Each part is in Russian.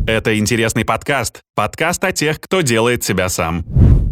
Это интересный подкаст. Подкаст о тех, кто делает себя сам.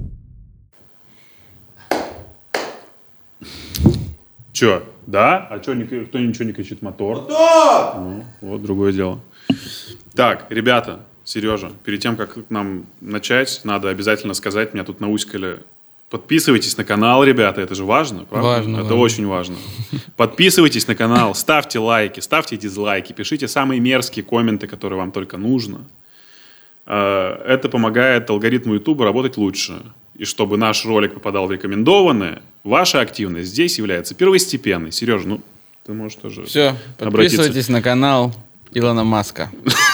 Че, да? А что, кто ничего не кричит? Мотор? Мотор! Ну, вот другое дело. Так, ребята, Сережа, перед тем, как нам начать, надо обязательно сказать, меня тут науськали. Подписывайтесь на канал, ребята, это же важно, правда? Важно. Это очень важно. Подписывайтесь на канал, ставьте лайки, ставьте дизлайки, пишите самые мерзкие комменты, которые вам только нужно. Это помогает алгоритму YouTube работать лучше. И чтобы наш ролик попадал в рекомендованные, ваша активность здесь является первостепенной. Сережа, ну, ты можешь тоже Все, подписывайтесь на канал Илона Маска.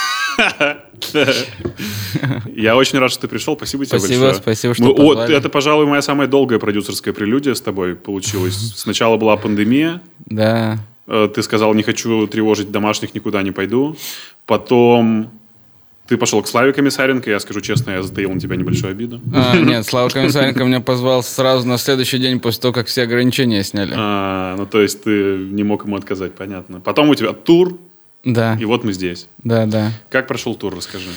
Я очень рад, что ты пришел. Спасибо тебе большое. Спасибо, что позвали. Это, пожалуй, моя самая долгая продюсерская прелюдия с тобой получилась. Сначала была пандемия. Да. Ты сказал, не хочу тревожить домашних, никуда не пойду. Потом ты пошел к Славе Комиссаренко. Я скажу честно, я затаил на тебя небольшую обиду. Нет, Слава Комиссаренко меня позвал сразу на следующий день после того, как все ограничения сняли. Ну, то есть ты не мог ему отказать, понятно. Потом у тебя тур. Да. И вот мы здесь. Да. Как прошел тур, расскажи.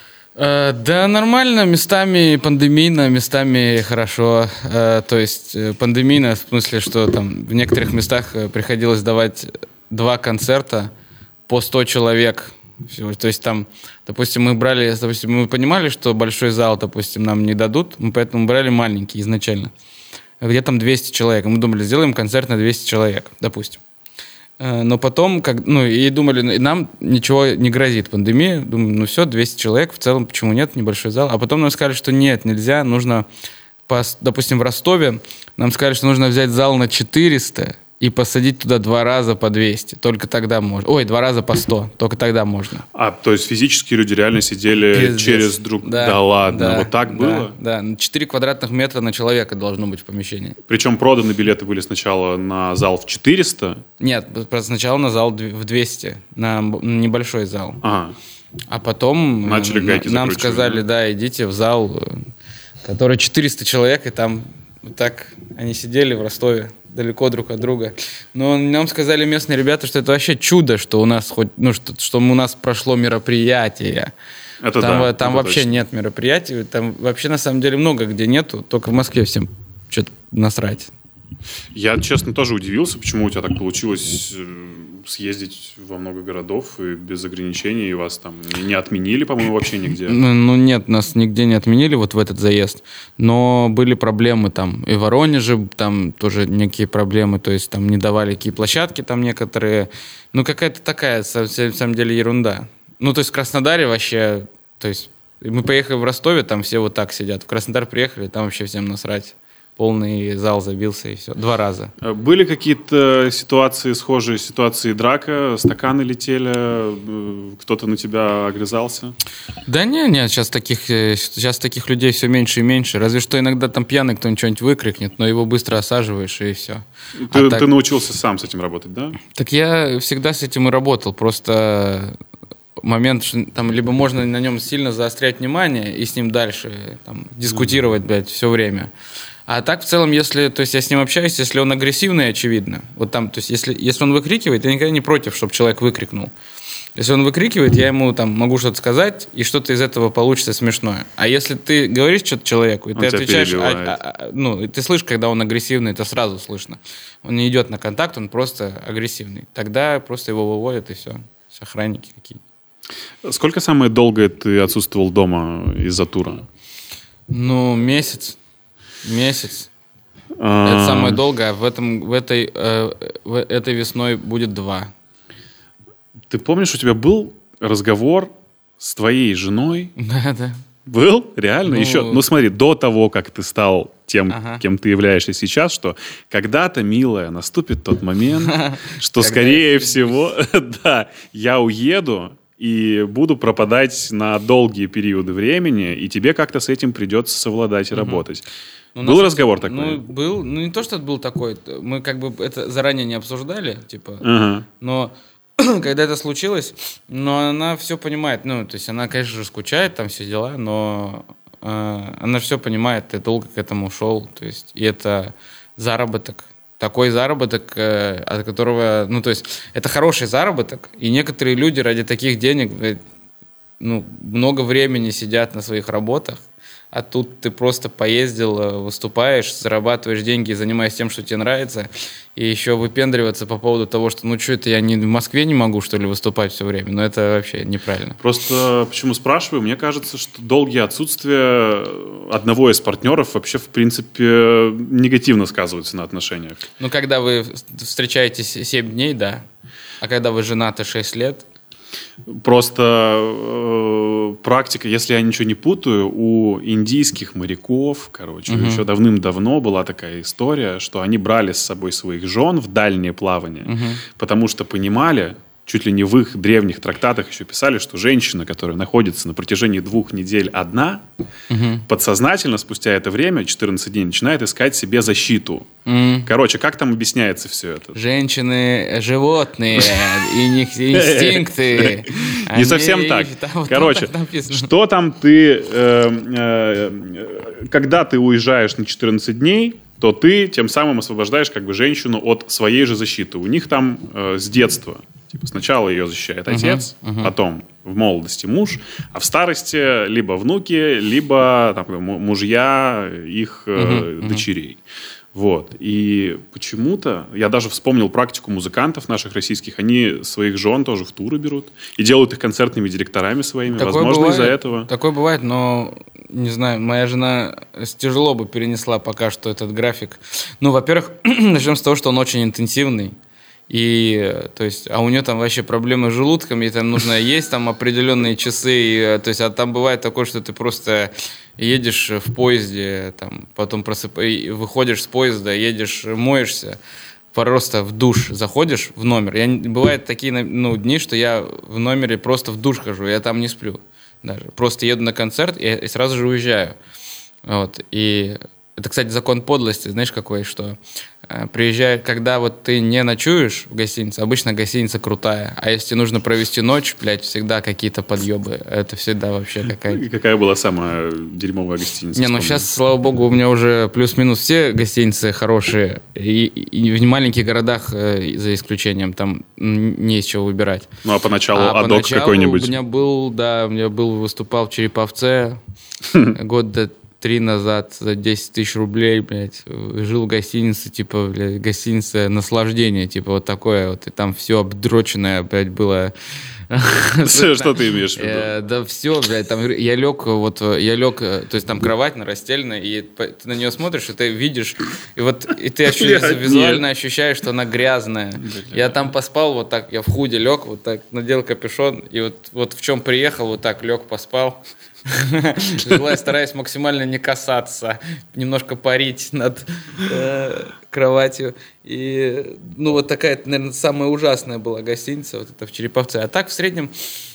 Да, нормально, местами пандемийно, местами хорошо. То есть пандемийно в смысле, что там в некоторых местах приходилось давать 2 концерта по 100 человек. То есть там, допустим, мы понимали, что большой зал, допустим, нам не дадут, мы поэтому брали маленький изначально. Где там 200 человек. Мы думали, сделаем концерт на 200 человек, допустим. Но потом, и думали, нам ничего не грозит пандемия. Думаю, все, 200 человек, в целом, почему нет, небольшой зал. А потом нам сказали, что нет, нельзя, нужно, допустим, в Ростове нам сказали, что нужно взять зал на 400 и посадить туда 2 раза по 200. Только тогда можно. 2 раза по 100. Только тогда можно. То есть физически люди реально сидели через друг... Да ладно, да, вот так было? Да, 4 квадратных метра на человека должно быть в помещении. Причем проданы билеты были сначала на зал в 400? Нет, сначала на зал в 200, на небольшой зал. Ага. А потом начали гайки нам сказали, да, идите в зал, который 400 человек, и там вот так они сидели в Ростове, далеко друг от друга. Но нам сказали местные ребята, что это вообще чудо, что у нас что у нас прошло мероприятие. Там вообще точно нет мероприятий. Там вообще на самом деле много где нету. Только в Москве всем что-то насрать. Я, честно, тоже удивился, почему у тебя так получилось съездить во много городов и без ограничений, и вас там не отменили, по-моему, вообще нигде. Нет, нас нигде не отменили вот в этот заезд, но были проблемы там. И в Воронеже там тоже некие проблемы, то есть там не давали какие площадки там некоторые. Какая-то такая, на самом деле, ерунда. То есть в Краснодаре вообще, то есть мы поехали в Ростове, там все вот так сидят. В Краснодар приехали, там вообще всем насрать. Полный зал забился, и все. 2 раза. Были какие-то ситуации, схожие ситуации драка? Стаканы летели? Кто-то на тебя огрызался? Да нет, сейчас таких людей все меньше и меньше. Разве что иногда там пьяный кто-нибудь что-нибудь выкрикнет, но его быстро осаживаешь, и все. Ты научился сам с этим работать, да? Так я всегда с этим и работал. Просто момент, что там либо можно на нем сильно заострять внимание и с ним дальше там, дискутировать, все время. А так, в целом, я с ним общаюсь, если он агрессивный, очевидно. Вот там, то есть, если он выкрикивает, я никогда не против, чтобы человек выкрикнул. Если он выкрикивает, я ему там могу что-то сказать, и что-то из этого получится смешное. А если ты говоришь что-то человеку, и ты отвечаешь, и ты слышишь, когда он агрессивный, это сразу слышно. Он не идет на контакт, он просто агрессивный. Тогда просто его выводят, и все. Охранники какие-то. Сколько самое долгое ты отсутствовал дома из-за тура? Месяц. Это самое долгое, а этой весной будет 2. Ты помнишь, у тебя был разговор с твоей женой? Да. Был? Реально? Еще? Смотри, до того, как ты стал тем, кем ты являешься сейчас, что когда-то, милая, наступит тот момент, что, скорее всего, я уеду и буду пропадать на долгие периоды времени, и тебе как-то с этим придется совладать и работать. Был разговор такой? Был. Не то, что это был такой. Мы это заранее не обсуждали, но когда это случилось, но она все понимает. То есть она, конечно же, скучает, там все дела, но она все понимает, я долго к этому шел. То есть, и это заработок. Такой заработок, от которого... то есть, это хороший заработок, и некоторые люди ради таких денег много времени сидят на своих работах, а тут ты просто поездил, выступаешь, зарабатываешь деньги, занимаешься тем, что тебе нравится, и еще выпендриваться по поводу того, что что это я не в Москве не могу, что ли, выступать все время? Но это вообще неправильно. Просто почему спрашиваю? Мне кажется, что долгие отсутствия одного из партнеров вообще, в принципе, негативно сказываются на отношениях. Когда вы встречаетесь 7 дней, да. А когда вы женаты 6 лет... Просто практика, если я ничего не путаю, у индийских моряков, еще давным-давно была такая история, что они брали с собой своих жен в дальние плавания, потому что понимали, чуть ли не в их древних трактатах еще писали, что женщина, которая находится на протяжении 2 недель одна, подсознательно спустя это время, 14 дней, начинает искать себе защиту. Как там объясняется все это? Женщины животные, и инстинкты. Не совсем так. Что там ты... Когда ты уезжаешь на 14 дней, то ты тем самым освобождаешь женщину от своей же защиты. У них там с детства. Сначала ее защищает отец, потом в молодости муж, а в старости либо внуки, либо мужья их дочерей. И почему-то, я даже вспомнил практику музыкантов наших российских, они своих жен тоже в туры берут и делают их концертными директорами своими. Возможно, из-за этого. Такое бывает, но, не знаю, моя жена тяжело бы перенесла пока что этот график. Во-первых, начнем с того, что он очень интенсивный. А у нее там вообще проблемы с желудком, ей там нужно есть там определенные часы, а там бывает такое, что ты просто едешь в поезде, потом выходишь с поезда, едешь, моешься, просто в душ заходишь в номер. Бывают такие дни, что я в номере просто в душ хожу, я там не сплю даже. Просто еду на концерт и сразу же уезжаю. И это, кстати, закон подлости, знаешь, какой, что приезжая, когда ты не ночуешь в гостинице, обычно гостиница крутая, а если тебе нужно провести ночь, всегда какие-то подъебы, это всегда вообще какая-то... И какая была самая дерьмовая гостиница? Сейчас, слава богу, у меня уже плюс-минус все гостиницы хорошие, и в маленьких городах, за исключением, там не из чего выбирать. А поначалу адок какой-нибудь? У меня выступал в Череповце года 3 назад за 10 тысяч рублей, жил в гостинице, гостиница наслаждение, такое, и там все обдроченное, было. Что ты имеешь в виду? Да все, там я лег, то есть там кровать расстелена, и ты на нее смотришь, и ты видишь, и ты визуально ощущаешь, что она грязная. Я там поспал я в худи лег, надел капюшон, и в чем приехал, лег, поспал. Стараюсь максимально не касаться, немножко парить над кроватью. И, такая, наверное, самая ужасная была гостиница, это в Череповце. А так, в среднем,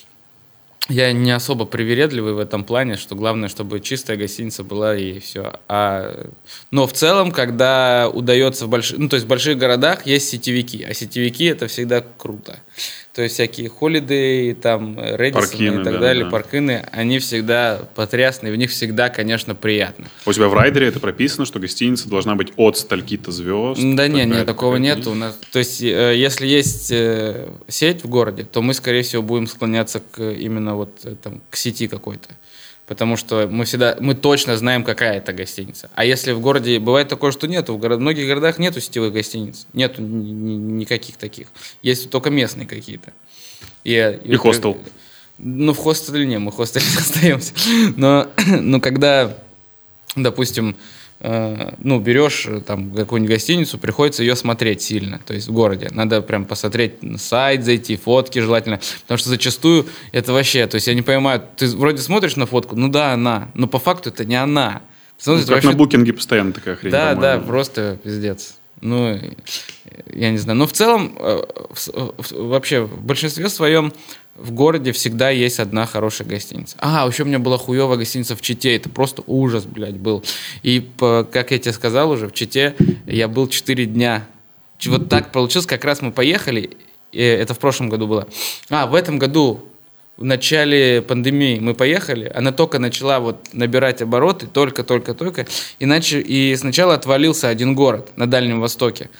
я не особо привередливый в этом плане, что главное, чтобы чистая гостиница была, и все. Но в целом, когда удается в больших городах есть сетевики, а сетевики — это всегда круто. То есть всякие холидеи, Рэдисоны и так далее, паркины, они всегда потрясные, в них всегда, конечно, приятно. У тебя в райдере это прописано, что гостиница должна быть от стольки-то звезд? Да нет, такого нет. У нас, то есть, если есть сеть в городе, то мы, скорее всего, будем склоняться именно к сети какой-то. Потому что мы точно знаем, какая это гостиница. А если в городе бывает такое, что нету, в многих городах нету сетевых гостиниц, нету никаких таких. Есть только местные какие-то. И хостел. В хостеле не, мы в хостеле остаемся. Но когда, допустим, берешь какую-нибудь гостиницу, приходится ее смотреть сильно, то есть в городе. Надо прям посмотреть на сайт, зайти, фотки желательно, потому что зачастую это вообще, то есть я не понимаю, ты вроде смотришь на фотку, да, она, но по факту это не она. Как вообще... на букинге постоянно такая хрень. Да, просто пиздец. Я не знаю. Но в целом, вообще, в большинстве своем в городе всегда есть одна хорошая гостиница. Еще у меня была хуевая гостиница в Чите. Это просто ужас, был. И, как я тебе сказал уже, в Чите я был 4 дня. Так получилось, как раз мы поехали, это в прошлом году было. В этом году, в начале пандемии мы поехали, она только начала набирать обороты, только. И сначала отвалился один город на Дальнем Востоке.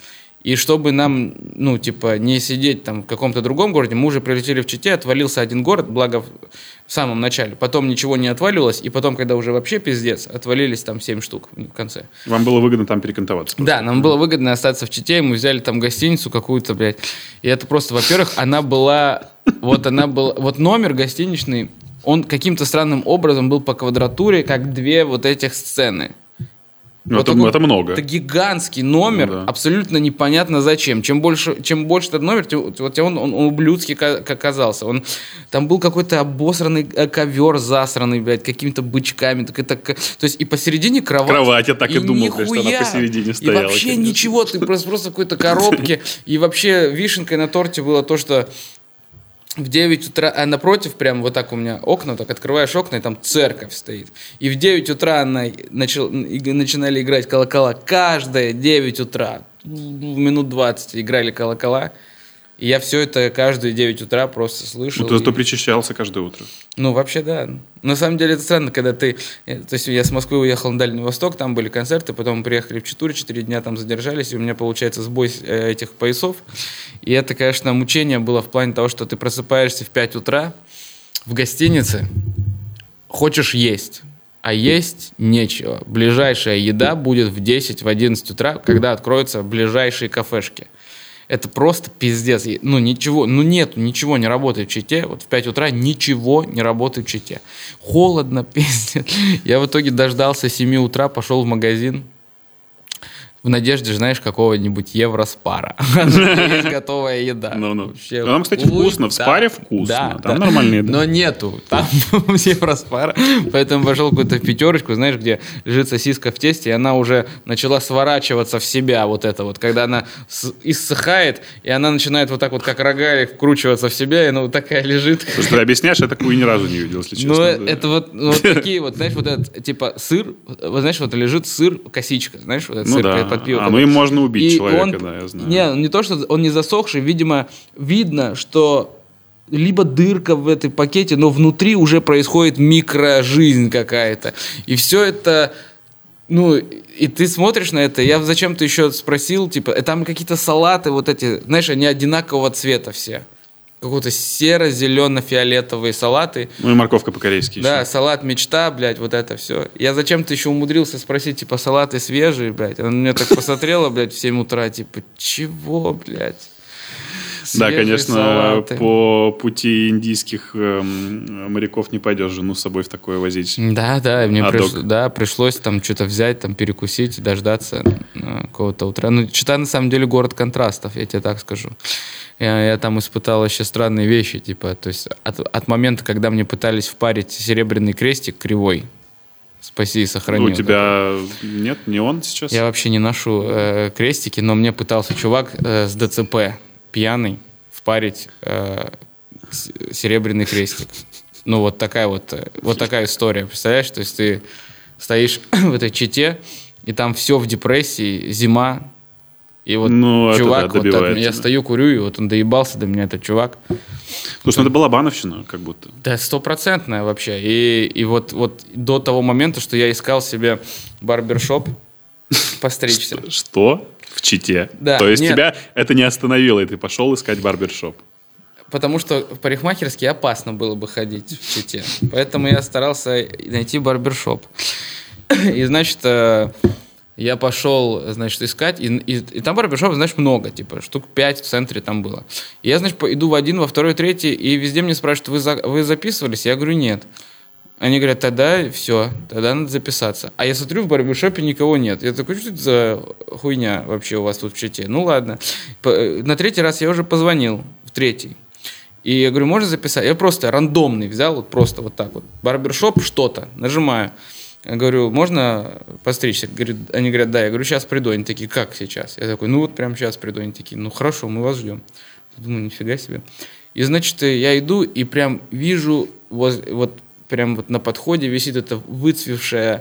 И чтобы нам, не сидеть там в каком-то другом городе, мы уже прилетели в Чите, отвалился один город, благо в самом начале. Потом ничего не отваливалось, и потом, когда уже вообще пиздец, отвалились там 7 штук в конце. Вам было выгодно там перекантоваться? Да, нам было выгодно остаться в Чите, мы взяли там гостиницу какую-то, блядь. И это просто, во-первых, она была, вот номер гостиничный, он каким-то странным образом был по квадратуре, как две вот этих сцены. Вот это много. Это гигантский номер, абсолютно непонятно зачем. Чем больше этот номер, тем он ублюдский оказался. Там был какой-то обосранный ковер, засранный, блядь, какими-то бычками. То есть и посередине кровать. Кровать, я так и думал, что она посередине стояла. И вообще ничего, ты просто в какой-то коробке. И вообще вишенкой на торте было то, что в 9 утра, а напротив, прям вот так у меня окна, так открываешь окна, и там церковь стоит. И в 9 утра начинали играть колокола. Каждое 9 утра, минут 20 играли колокола. И я все это каждые 9 утра просто слышал. Ты зато причащался каждое утро. Вообще, да. На самом деле, это странно, когда ты... То есть, я с Москвы уехал на Дальний Восток, там были концерты, потом мы приехали в Читу, 4 дня там задержались, и у меня, получается, сбой этих поясов. И это, конечно, мучение было в плане того, что ты просыпаешься в 5 утра в гостинице, хочешь есть, а есть нечего. Ближайшая еда будет в 10, в 11 утра, когда откроются ближайшие кафешки. Это просто пиздец. Ничего не работает в Чите. Вот в 5 утра ничего не работает в Чите. Холодно, пиздец. Я в итоге дождался 7 утра, пошел в магазин. В надежде, знаешь, какого-нибудь Евроспара. Есть готовая еда. Там, кстати, вкусно. В Спаре вкусно. Там нормальная еда. Но нету. Там Евроспара. Поэтому пошел какую-то пятерочку, знаешь, где лежит сосиска в тесте, и она уже начала сворачиваться в себя. Вот это вот. Когда она иссыхает, и она начинает вот так вот, как рогалик, вкручиваться в себя, и она вот такая лежит. То, что ты объясняешь, я такую ни разу не видел, если честно. Это вот такие вот, знаешь, вот этот, типа, сыр, вот знаешь, вот лежит сыр, косичка, знаешь, вот этот сыр под пиво. Им можно убить человека, да, я знаю. Не то, что он не засохший, видимо, видно, что либо дырка в этой пакете, но внутри уже происходит микрожизнь какая-то. И все это... и ты смотришь на это, я зачем-то еще спросил, типа, там какие-то салаты вот эти, знаешь, они одинакового цвета все. Какого-то серо-зелено-фиолетовые салаты. И морковка по-корейски Да, еще. салат мечта, блядь, вот это все. Я зачем-то еще умудрился спросить, типа, салаты свежие, блядь. Она меня так посмотрела, блядь, в 7 утра, типа, чего, блядь? Да, конечно, по пути индийских моряков не пойдешь жену с собой в такое возить. Да, мне пришлось там что-то взять, там перекусить, дождаться какого-то утра. Чита, на самом деле, город контрастов, я тебе так скажу. Я там испытал вообще странные вещи, типа, то есть от момента, когда мне пытались впарить серебряный крестик кривой, спаси и сохрани. У тебя нет, не он сейчас? Я вообще не ношу крестики, но мне пытался чувак с ДЦП пьяный впарить серебряный крестик. Вот такая история, представляешь? То есть ты стоишь в этой Чите, и там все в депрессии, зима. И вот чувак, я стою, курю, и вот он доебался до меня, этот чувак. Слушай, это была бановщина, как будто. Да, 100% вообще. И вот до того момента, что я искал себе барбершоп постричься. Что? В Чите? Да. То есть тебя это не остановило, и ты пошел искать барбершоп? Потому что в парикмахерский опасно было бы ходить в Чите. Поэтому я старался найти барбершоп. И, значит... Я пошел, значит, искать, и там барбершоп, знаешь, много, типа, штук 5 в центре там было. И я, значит, иду в один, во второй, третий, и везде мне спрашивают, вы записывались? Я говорю, нет. Они говорят, тогда все, тогда надо записаться. А я смотрю, в барбершопе никого нет. Я такой, что это за хуйня вообще у вас тут в Чите? Ну, ладно. На третий раз я уже позвонил, в третий. И я говорю, можно записать? Я просто рандомный взял, вот просто вот так вот. Барбершоп, что-то, нажимаю. Я говорю, можно постричься? Они говорят, да. Я говорю, сейчас приду. Они такие, как сейчас? Я такой, вот прямо сейчас приду. Они такие, хорошо, мы вас ждем. Думаю, нифига себе. И, значит, я иду и прям вижу, вот прям вот на подходе висит эта выцвевшая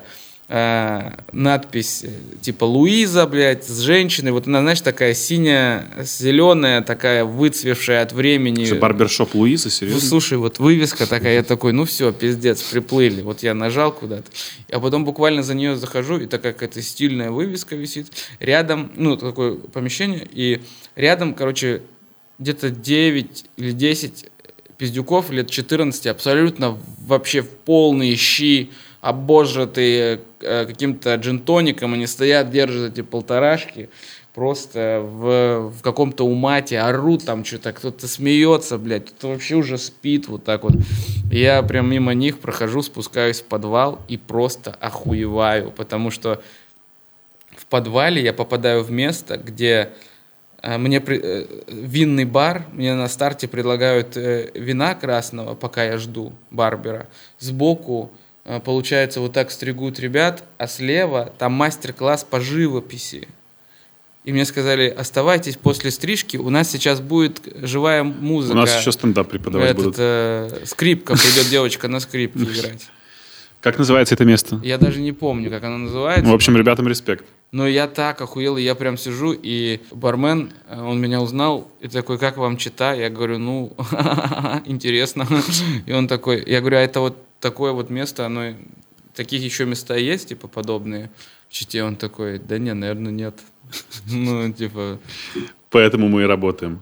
надпись типа «Луиза», блядь, с женщиной. Вот она, знаешь, такая синяя-зеленая, такая выцвевшая от времени. Что, барбершоп Луиза, серьезно? Слушай, вот вывеска такая, я такой, ну все, пиздец, приплыли. Вот я нажал куда-то. А потом буквально за нее захожу, и такая какая-то стильная вывеска висит. Рядом, ну, такое помещение, и рядом, короче, где-то 9 или 10 пиздюков лет 14, абсолютно вообще в полные щи, обожжатые каким-то джин-тоником, они стоят, держат эти полторашки, просто в каком-то умате, орут там что-то, кто-то смеется, блядь, кто-то вообще уже спит, вот так вот. Я прям мимо них прохожу, спускаюсь в подвал и просто охуеваю, потому что в подвале я попадаю в место, где мне винный бар, мне на старте предлагают вина красного, пока я жду барбера, сбоку получается, вот так стригут ребят, а слева там мастер-класс по живописи. И мне сказали, оставайтесь после стрижки, у нас сейчас будет живая музыка. У нас еще стендап преподавать будут. Скрипка, придет девочка на скрипке играть. Как называется это место? Я даже не помню, как оно называется. В общем, ребятам респект. Но я так охуел, и я прям сижу, и бармен, он меня узнал, и такой, как вам Чита? Я говорю, ну, интересно. И он такой, я говорю, а это вот такое вот место, оно, таких еще места есть, типа, подобные в Чите? Он такой, да не, наверное, нет. Ну, типа... Поэтому мы и работаем.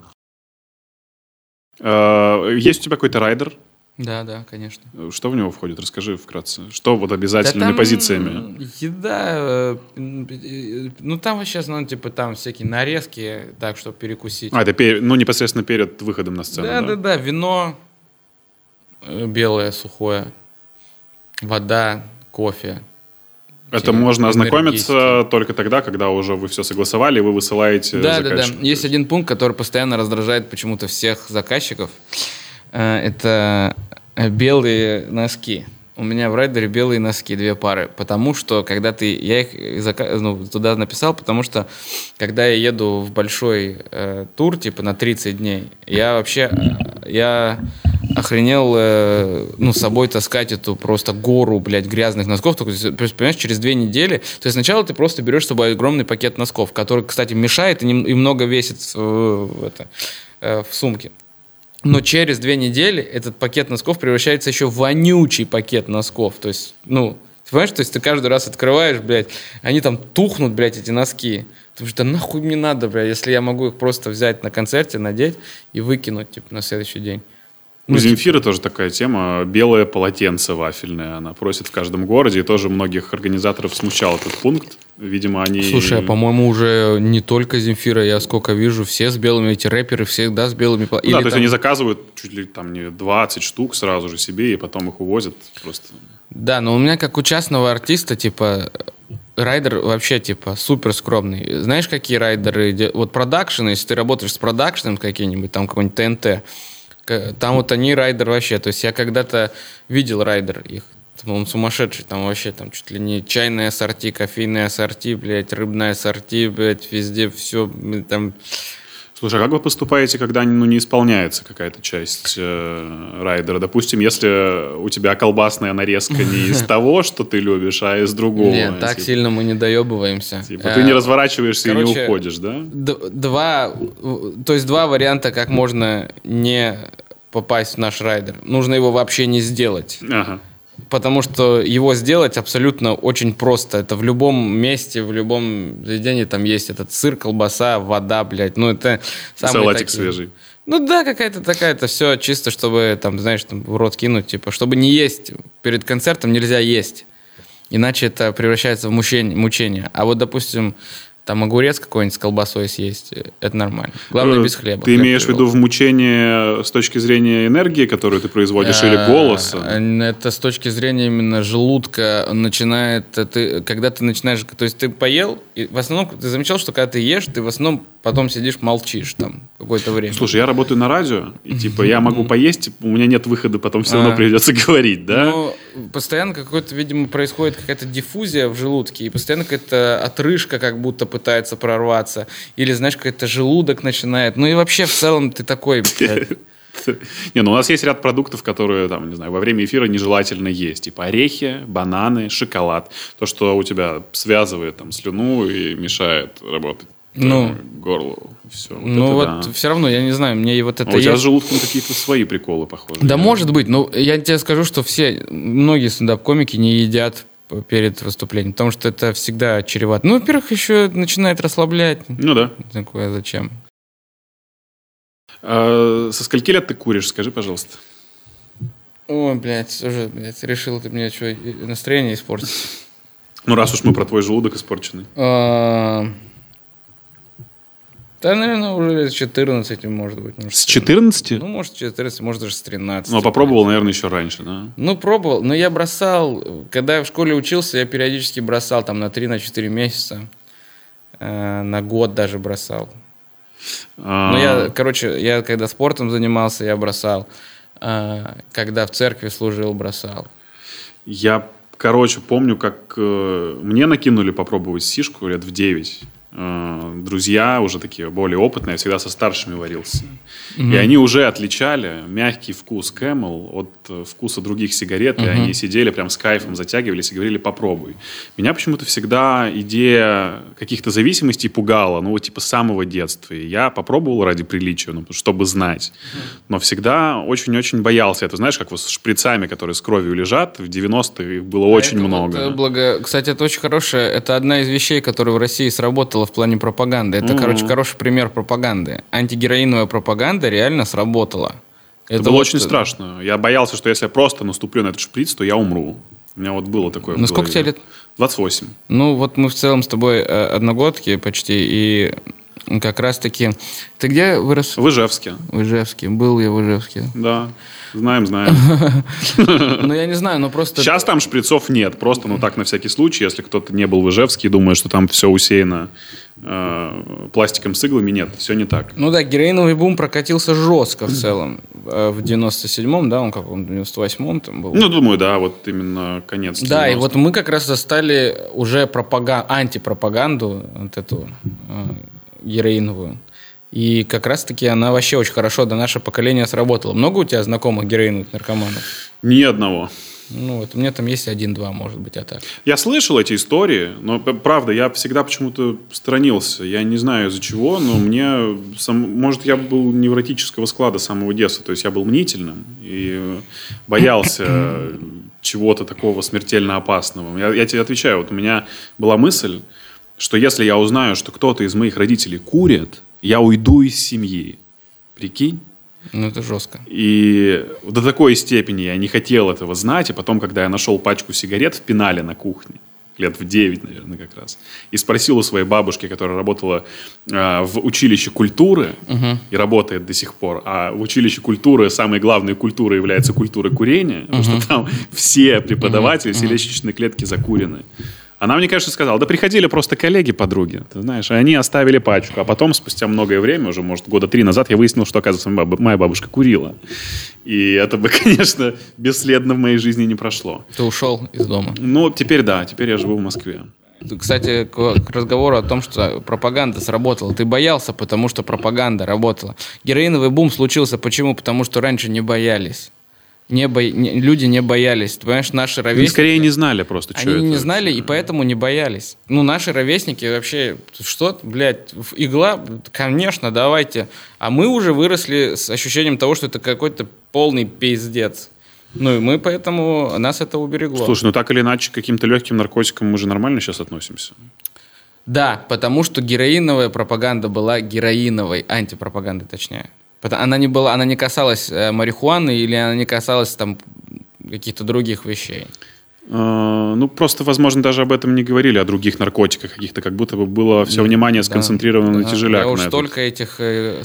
Есть у тебя какой-то райдер? Да, конечно. Что в него входит? Расскажи вкратце. Что вот обязательными позициями? Еда, ну там вообще, ну типа там всякие нарезки, так, чтобы перекусить. Это непосредственно перед выходом на сцену, Да, вино белое, сухое, вода, кофе. Это можно ознакомиться только тогда, когда уже вы все согласовали, и вы высылаете заказчику. Да. Есть один пункт, который постоянно раздражает почему-то всех заказчиков. Это белые носки. У меня в райдере белые носки, 2 пары. Потому что, я их туда написал, потому что, когда я еду в большой тур, типа на 30 дней, я охренел с собой таскать эту просто гору, блядь, грязных носков. Только, понимаешь, через 2 недели... То есть сначала ты просто берешь с собой огромный пакет носков, который, кстати, мешает и много весит в сумке. Но через 2 недели этот пакет носков превращается еще в вонючий пакет носков. То есть, ты понимаешь, то есть ты каждый раз открываешь, блядь, они там тухнут, блядь, эти носки. Потому что нахуй мне надо, блядь, если я могу их просто взять на концерте, надеть и выкинуть, типа, на следующий день. У Земфиры тоже такая тема. Белое полотенце вафельное. Она просит в каждом городе. И тоже многих организаторов смущал этот пункт. Видимо, они... Слушай, по-моему, уже не только Земфира. Я сколько вижу, все с белыми, эти рэперы всегда с белыми полотенцами. Да, то есть они заказывают чуть ли там не 20 штук сразу же себе, и потом их увозят просто. Да, но у меня как у частного артиста, типа... Райдер вообще, типа, супер скромный. Знаешь, какие райдеры... Вот продакшн, если ты работаешь с продакшном каким-нибудь, там какой-нибудь ТНТ... Там вот они райдер вообще. То есть я когда-то видел райдер их. Он сумасшедший. Там вообще там чуть ли не чайное ассорти, кофейное ассорти, блядь, рыбное ассорти, блядь, везде все там... Слушай, а как вы поступаете, когда не исполняется какая-то часть райдера? Допустим, если у тебя колбасная нарезка не из того, что ты любишь, а из другого. Нет, так сильно мы не доебываемся. Типа ты не разворачиваешься и не уходишь, да? Два варианта, как можно не попасть в наш райдер. Нужно его вообще не сделать. Ага. Потому что его сделать абсолютно очень просто. Это в любом месте, в любом заведении там есть этот сыр, колбаса, вода, блядь. Это самые салатик такие... свежий. Какая-то такая, это все чисто, чтобы, там, знаешь, там, в рот кинуть, типа, чтобы не есть. Перед концертом нельзя есть. Иначе это превращается в мучение. А вот, допустим, там огурец какой-нибудь с колбасой съесть, это нормально. Главное, без хлеба. Ты имеешь в виду в мучение с точки зрения энергии, которую ты производишь, или голоса? Это с точки зрения именно желудка начинает... Когда ты начинаешь... То есть ты поел, и в основном ты замечал, что когда ты ешь, ты в основном потом сидишь, молчишь там какое-то время. Слушай, я работаю на радио, и типа я могу поесть, у меня нет выхода, потом все равно придется говорить, да? Постоянно какой-то, видимо, происходит какая-то диффузия в желудке, и постоянно какая-то отрыжка как будто пытается прорваться, или, знаешь, какой-то желудок начинает. И вообще в целом ты такой... Не, ну у нас есть ряд продуктов, которые, там, не знаю, во время эфира нежелательно есть. Типа орехи, бананы, шоколад. То, что у тебя связывает там слюну и мешает работать горлу. Все. Все равно, я не знаю, мне вот это у тебя с желудком какие-то свои приколы, похоже. Да, может быть, но я тебе скажу, что многие стендап-комики не едят перед выступлением, потому что это всегда чревато. Ну, во-первых, еще начинает расслаблять. Ну да. Такое зачем? Со скольки лет ты куришь, скажи, пожалуйста. Ой, уже, решил ты мне что, настроение испортить. Ну, раз уж мы про твой желудок испорченный. Да, наверное, уже с 14, может быть. С 14? Ну, может, с 14, может, даже с 13. Ну, а попробовал, наверное, еще раньше, да? Ну, пробовал, но я бросал. Когда я в школе учился, я периодически бросал там на 3-4 месяца. На год даже бросал. Ну, я когда спортом занимался, я бросал. Когда в церкви служил, бросал. Я, помню, как мне накинули попробовать сишку лет в 9. Друзья уже такие более опытные, я всегда со старшими варился. И они уже отличали мягкий вкус Camel от вкуса других сигарет, и они сидели прям с кайфом, затягивались и говорили: попробуй. Меня почему-то всегда идея каких-то зависимостей пугала, типа с самого детства. И я попробовал ради приличия, чтобы знать. Но всегда очень-очень боялся. Это знаешь, как вот с шприцами, которые с кровью лежат, в 90-е их было очень много. Кстати, это очень хорошее, это одна из вещей, которая в России сработала в плане пропаганды. Это, хороший пример пропаганды. Антигероиновая пропаганда реально сработала. Это было очень страшно. Я боялся, что если я просто наступлю на этот шприц, то я умру. У меня вот было такое. Ну, сколько тебе лет? 28. Ну, вот мы в целом с тобой одногодки почти, и как раз-таки... Ты где вырос? В Ижевске. В Ижевске. Был я в Ижевске. Да. Знаем. Ну, я не знаю, но просто... Сейчас там шприцов нет. Просто, так, на всякий случай, если кто-то не был в Ижевске и думает, что там все усеяно пластиком с иглами, нет, все не так. Ну да, героиновый бум прокатился жестко в целом. В 97-м, да, он как в 98-м там был. Ну, думаю, да, вот именно конец 90-х. Да, и вот мы как раз застали уже антипропаганду, вот эту героиновую. И как раз-таки она вообще очень хорошо до нашего поколения сработала. Много у тебя знакомых героиновых наркоманов? Ни одного. Ну, вот у меня там есть 1-2, может быть, а так. Я слышал эти истории, но, правда, я всегда почему-то сторонился. Я не знаю из-за чего, но может, я был невротического склада с самого детства. То есть я был мнительным и боялся чего-то такого смертельно опасного. Я тебе отвечаю, вот у меня была мысль, что если я узнаю, что кто-то из моих родителей курит, я уйду из семьи. Прикинь? Ну, это жестко. И до такой степени я не хотел этого знать. И потом, когда я нашел пачку сигарет в пенале на кухне, лет в 9, наверное, как раз, и спросил у своей бабушки, которая работала в училище культуры и работает до сих пор, а в училище культуры самой главной культурой является культура курения, потому что там все преподаватели, все лестничные клетки закурены. Она мне, конечно, сказала: да приходили просто коллеги-подруги, ты знаешь, и они оставили пачку. А потом, спустя многое время, уже, может, 3 года назад, я выяснил, что, оказывается, моя бабушка курила. И это бы, конечно, бесследно в моей жизни не прошло. Ты ушел из дома? Ну, теперь да, теперь я живу в Москве. Кстати, к разговору о том, что пропаганда сработала. Ты боялся, потому что пропаганда работала. Героиновый бум случился почему? Потому что раньше не боялись. Люди не боялись. Ты понимаешь, наши ровесники... Они скорее не знали просто, что это. Они не знали, и поэтому не боялись. Ну, наши ровесники вообще... Что, блядь, игла? Конечно, давайте. А мы уже выросли с ощущением того, что это какой-то полный пиздец. Ну, и мы поэтому... Нас это уберегло. Слушай, так или иначе, к каким-то легким наркотикам мы же нормально сейчас относимся. Да, потому что героиновая пропаганда была героиновой, антипропагандой точнее. Она не касалась марихуаны или она не касалась там каких-то других вещей. Ну, просто, возможно, даже об этом не говорили, о других наркотиках каких-то, как будто бы было все внимание сконцентрировано на тяжеляк. Я уж столько этих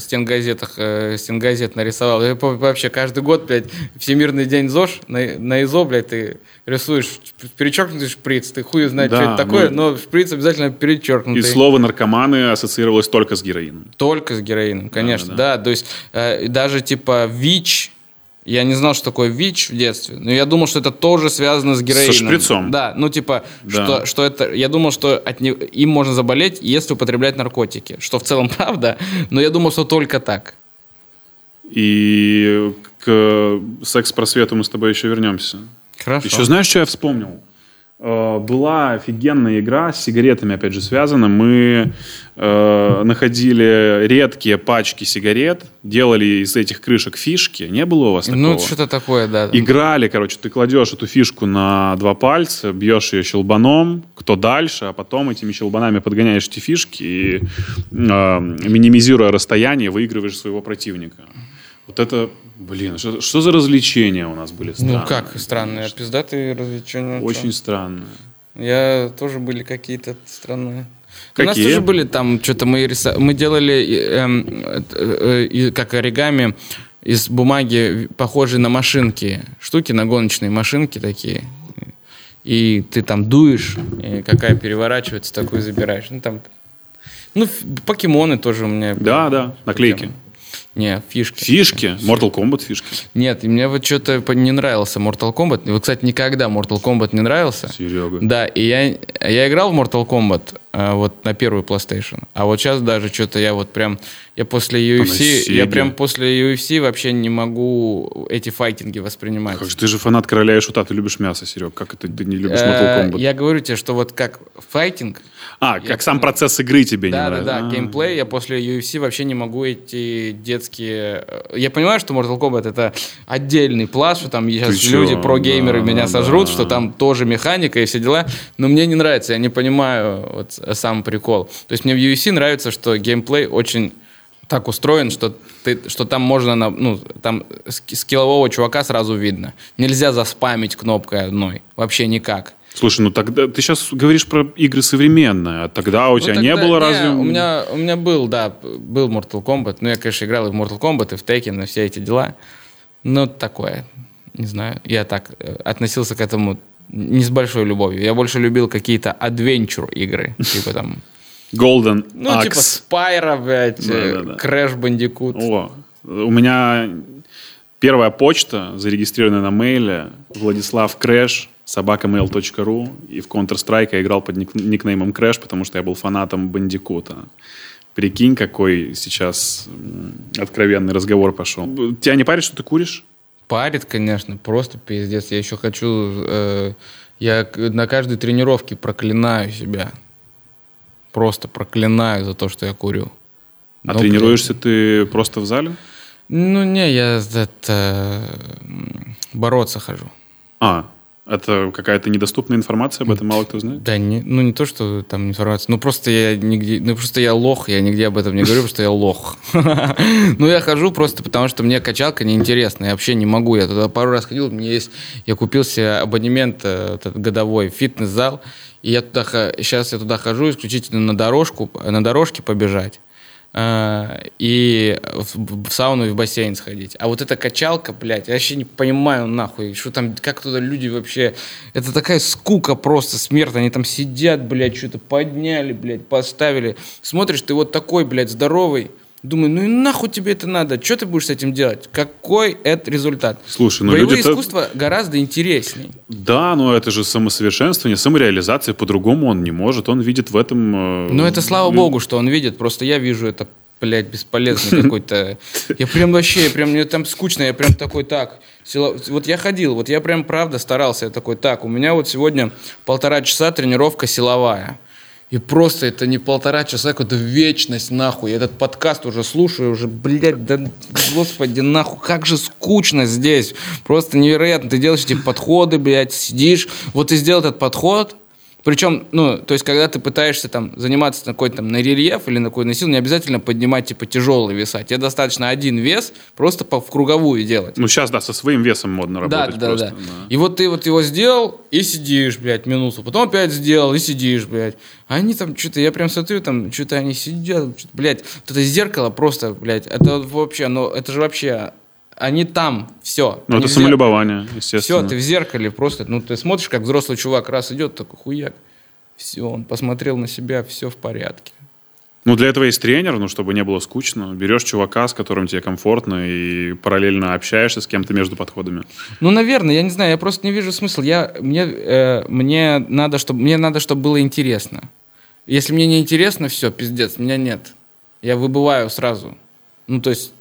стенгазет нарисовал. Я вообще каждый год, блядь, Всемирный день ЗОЖ на ИЗО, блядь, ты рисуешь перечеркнутый шприц, ты хуй знает, что это такое, но шприц обязательно перечеркнутый. И слово «наркоманы» ассоциировалось только с героином. Только с героином, конечно, да. То есть даже типа ВИЧ... Я не знал, что такое ВИЧ в детстве, но я думал, что это тоже связано с героином. Со шприцом. Да, ну типа, да. Что это... Я думал, что им можно заболеть, если употреблять наркотики, что в целом правда, но я думал, что только так. И к секс-просвету мы с тобой еще вернемся. Хорошо. Еще знаешь, что я вспомнил? Была офигенная игра с сигаретами, опять же, связана. Мы находили редкие пачки сигарет, делали из этих крышек фишки. Не было у вас такого? Ну, что-то такое, да. Играли, короче, ты кладешь эту фишку на 2 пальца, бьешь ее щелбаном, кто дальше, а потом этими щелбанами подгоняешь эти фишки и, минимизируя расстояние, выигрываешь своего противника. Вот это, блин, что за развлечения у нас были странные? Ну как странные, пиздатые развлечения. Очень странные. Я тоже были какие-то странные. Какие? У нас тоже были там, что-то мы делали как оригами из бумаги, похожие на машинки, штуки, на гоночные машинки такие. И ты там дуешь, и какая переворачивается, такую забираешь. Ну, покемоны тоже у меня. Да, наклейки. Не, фишки. Фишки? Mortal Kombat фишки? Нет, и мне вот что-то не нравился Mortal Kombat. Вот, кстати, никогда Mortal Kombat не нравился. Серега. Да, и я играл в Mortal Kombat вот на первую PlayStation. А вот сейчас даже что-то я после UFC вообще не могу эти файтинги воспринимать. Как же, ты же фанат Короля и Шута, ты любишь мясо, Серег. Как это ты не любишь Mortal Kombat? Я говорю тебе, что вот как файтинг... как сам процесс игры тебе не нравится? Да, геймплей. Я после UFC вообще не могу эти детские... Я понимаю, что Mortal Kombat это отдельный пласт, что там сейчас люди, про-геймеры меня сожрут, что там тоже механика и все дела, но мне не нравится, я не понимаю вот сам прикол. То есть мне в UFC нравится, что геймплей очень так устроен, что там можно, там скиллового чувака сразу видно. Нельзя заспамить кнопкой одной, вообще никак. Слушай, тогда ты сейчас говоришь про игры современные, а тогда у тебя не было разве... У меня был Mortal Kombat. Ну, я, конечно, играл и в Mortal Kombat, и в Tekken, и все эти дела. Но такое, не знаю. Я так относился к этому не с большой любовью. Я больше любил какие-то адвенчур игры. Типа там... Golden Axe. Типа Spyro, блядь, Crash Bandicoot. У меня первая почта, зарегистрированная на мейле, Владислав Crash, @mail.ru, и в Counter-Strike я играл под никнеймом Crash, потому что я был фанатом Бандикута. Прикинь, какой сейчас откровенный разговор пошел. Тебя не парит, что ты куришь? Парит, конечно, просто пиздец. Я еще хочу... я на каждой тренировке проклинаю себя. Просто проклинаю за то, что я курю. А тренируешься ты просто в зале? Ну, не, я бороться хожу. Это какая-то недоступная информация, об этом мало кто знает? Да, не то, что там информация. Просто я лох, я нигде об этом не говорю, потому что я лох. Я хожу просто потому, что мне качалка неинтересна, я вообще не могу. Я туда пару раз ходил, я купил себе абонемент годовой в фитнес-зал, и сейчас я туда хожу исключительно на дорожке побежать. И в сауну и в бассейн сходить. А вот эта качалка, блядь, я вообще не понимаю нахуй, что там, как туда люди вообще... Это такая скука просто, смерть. Они там сидят, блядь, что-то подняли, блядь, поставили. Смотришь, ты вот такой, блядь, здоровый. Думаю, ну и нахуй тебе это надо? Что ты будешь с этим делать? Какой это результат? Слушай, боевое искусство гораздо интересней. Да, но это же самосовершенствование, самореализация. По-другому он не может. Он видит в этом... Ну это слава богу, что он видит. Просто я вижу это, блядь, бесполезный какой-то... Мне там скучно. Я прям такой, вот я ходил, вот я прям правда старался. Я такой, у меня вот сегодня 1,5 часа тренировка силовая. И просто это не 1,5 часа, это вечность, нахуй. Я этот подкаст уже слушаю, уже, блядь, да господи, нахуй, как же скучно здесь. Просто невероятно. Ты делаешь эти подходы, блядь, сидишь. Вот ты сделал этот подход. Причем, то есть, когда ты пытаешься там заниматься на какой-то на рельеф или на какой-то силу, не обязательно поднимать, типа, тяжелые веса. Тебе достаточно один вес просто в круговую делать. Сейчас, со своим весом модно работать просто. Да. И вот ты вот его сделал и сидишь, блядь, минуту. Потом опять сделал и сидишь, блядь. А они там что-то, я прям смотрю, там, что-то они сидят, блядь. Вот это зеркало просто, блядь, это вообще, это же вообще... Они там, все. Это самолюбование, естественно. Все, ты в зеркале просто, ты смотришь, как взрослый чувак раз идет, такой хуяк. Все, он посмотрел на себя, все в порядке. Для этого есть тренер, чтобы не было скучно. Берешь чувака, с которым тебе комфортно, и параллельно общаешься с кем-то между подходами. Наверное, я не знаю, я просто не вижу смысла. Мне надо, чтобы было интересно. Если мне не интересно, все, пиздец, меня нет. Я выбываю сразу. То есть...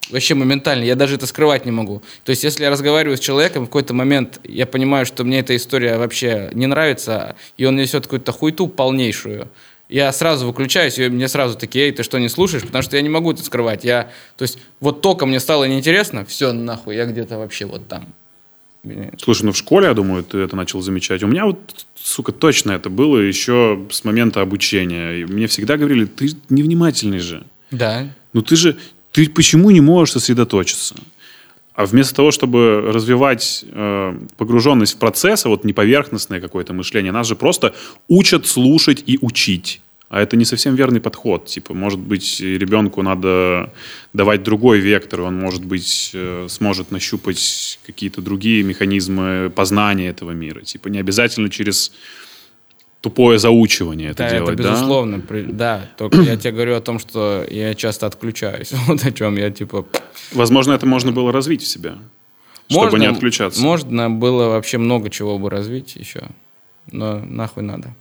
вообще моментально. Я даже это скрывать не могу. То есть, если я разговариваю с человеком, в какой-то момент я понимаю, что мне эта история вообще не нравится, и он несет какую-то хуйту полнейшую, я сразу выключаюсь, и мне сразу такие: эй, ты что, не слушаешь? Потому что я не могу это скрывать. То есть, вот только мне стало неинтересно, все, нахуй, я где-то вообще вот там. Слушай, ну в школе, я думаю, ты это начал замечать. У меня вот, сука, точно это было еще с момента обучения. И мне всегда говорили: ты невнимательный же. Да. Ну ты почему не можешь сосредоточиться? А вместо того, чтобы развивать погруженность в процесс, а вот не поверхностное какое-то мышление, нас же просто учат слушать и учить. А это не совсем верный подход. Типа, может быть, ребенку надо давать другой вектор, он, может быть, сможет нащупать какие-то другие механизмы познания этого мира. Типа, не обязательно через тупое заучивание это делать, да? Это безусловно, да. Только я тебе говорю о том, что я часто отключаюсь. Вот о чем я, типа... Возможно, это можно было развить в себе, чтобы не отключаться. Можно было вообще много чего бы развить еще, но нахуй надо.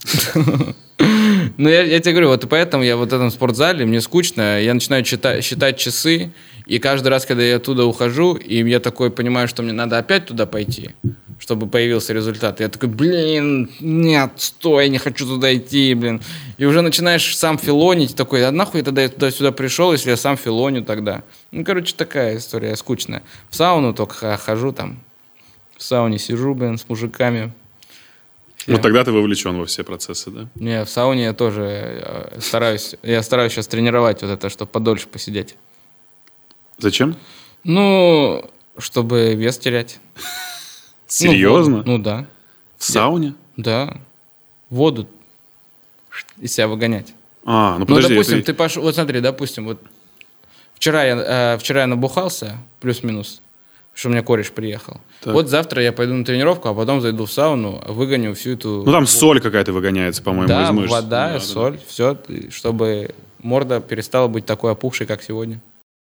Ну, я тебе говорю, вот и поэтому я вот в этом спортзале, мне скучно, я начинаю считать часы, и каждый раз, когда я оттуда ухожу, и я такой понимаю, что мне надо опять туда пойти, чтобы появился результат. Я такой: блин, нет, стой, я не хочу туда идти, блин. И уже начинаешь сам филонить, такой: а нахуй я тогда туда-сюда пришел, если я сам филоню тогда? Ну, короче, такая история скучная. В сауну только хожу там, в сауне сижу, блин, с мужиками. Ну, тогда ты вовлечен во все процессы, да? Не, в сауне я тоже стараюсь сейчас тренировать вот это, чтобы подольше посидеть. Зачем? Ну, чтобы вес терять. Серьезно? Ну да. В сауне? Да. Воду из себя выгонять. Ну подожди. Допустим, ты пошел... Вот смотри, допустим, вот вчера я набухался, плюс-минус, что у меня кореш приехал. Так. Вот завтра я пойду на тренировку, а потом зайду в сауну, выгоню всю эту... Ну, там соль какая-то выгоняется, по-моему, из мышц. Вода, да, соль, все, чтобы морда перестала быть такой опухшей, как сегодня.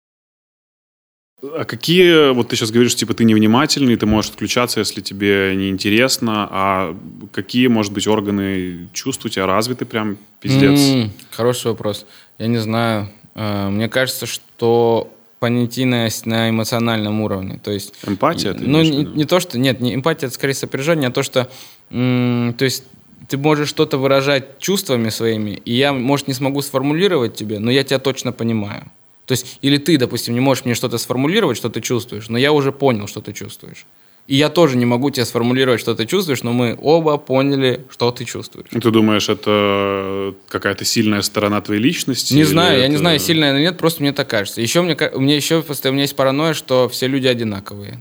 А какие, вот ты сейчас говоришь, типа, ты невнимательный, ты можешь отключаться, если тебе неинтересно, а какие, может быть, органы чувств у тебя развиты прям пиздец? Хороший вопрос. Я не знаю. Мне кажется, что... понятийность на эмоциональном уровне. То есть, эмпатия? Не то, что... Нет, не эмпатия, это скорее сопереживание, а то, что... то есть ты можешь что-то выражать чувствами своими, и я, может, не смогу сформулировать тебе, но я тебя точно понимаю. То есть, или ты, допустим, не можешь мне что-то сформулировать, что ты чувствуешь, но я уже понял, что ты чувствуешь. И я тоже не могу тебе сформулировать, что ты чувствуешь, но мы оба поняли, что ты чувствуешь. Ты думаешь, это какая-то сильная сторона твоей личности? Не знаю, я не знаю, сильная или нет, просто мне так кажется. Еще у меня есть паранойя, что все люди одинаковые.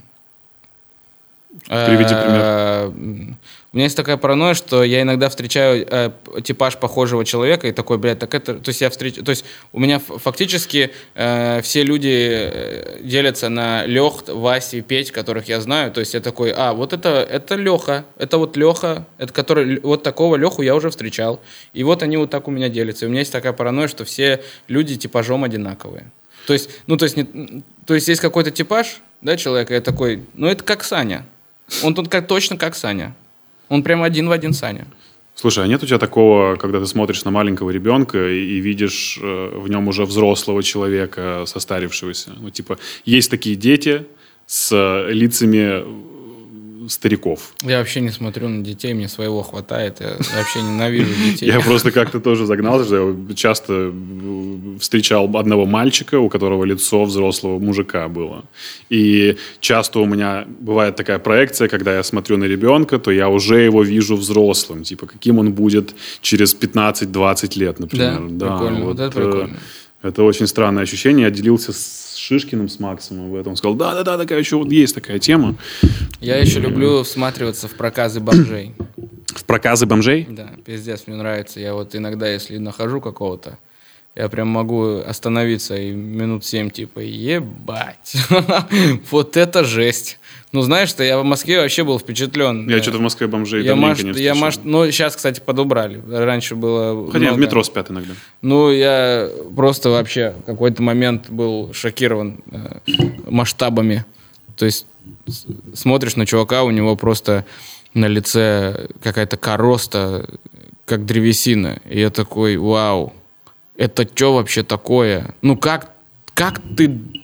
Приведи пример. У меня есть такая паранойя, что я иногда встречаю типаж похожего человека и такой: блядь, так это... То есть у меня фактически все люди делятся на Лех, Вась и Петь, которых я знаю. То есть я такой: вот это Леха, это вот Леха, это который... Вот такого Леху я уже встречал. И вот они вот так у меня делятся. И у меня есть такая паранойя, что все люди типажом одинаковые. То есть есть какой-то типаж, да, человека, я такой: это как Саня. Он тут точно как Саня. Он прям один в один Саня. Слушай, а нет у тебя такого, когда ты смотришь на маленького ребенка и видишь в нем уже взрослого человека, состарившегося? Ну, типа, есть такие дети с лицами стариков. Я вообще не смотрю на детей, мне своего хватает, я вообще ненавижу детей. Я просто как-то тоже загнался, что я часто встречал одного мальчика, у которого лицо взрослого мужика было. И часто у меня бывает такая проекция, когда я смотрю на ребенка, то я уже его вижу взрослым, типа, каким он будет через 15-20 лет, например. Да, прикольно, вот это прикольно. Это очень странное ощущение. Я делился с Шишкиным, с Максом в этом. Сказал: да, такая еще вот есть такая тема. Я еще люблю всматриваться в проказы бомжей. В проказы бомжей? Да, пиздец, мне нравится. Я вот иногда, если нахожу какого-то, я прям могу остановиться и минут 7 типа: ебать, вот это жесть. Ну, знаешь, что я в Москве вообще был впечатлен. Я что-то в Москве бомжей давненько не встречал. Ну, сейчас, кстати, подобрали. Раньше было Хотя много. В метро спят иногда. Ну, я просто вообще в какой-то момент был шокирован масштабами. То есть смотришь на чувака, у него просто на лице какая-то короста, как древесина. И я такой: вау, это что вообще такое? Ну, как ты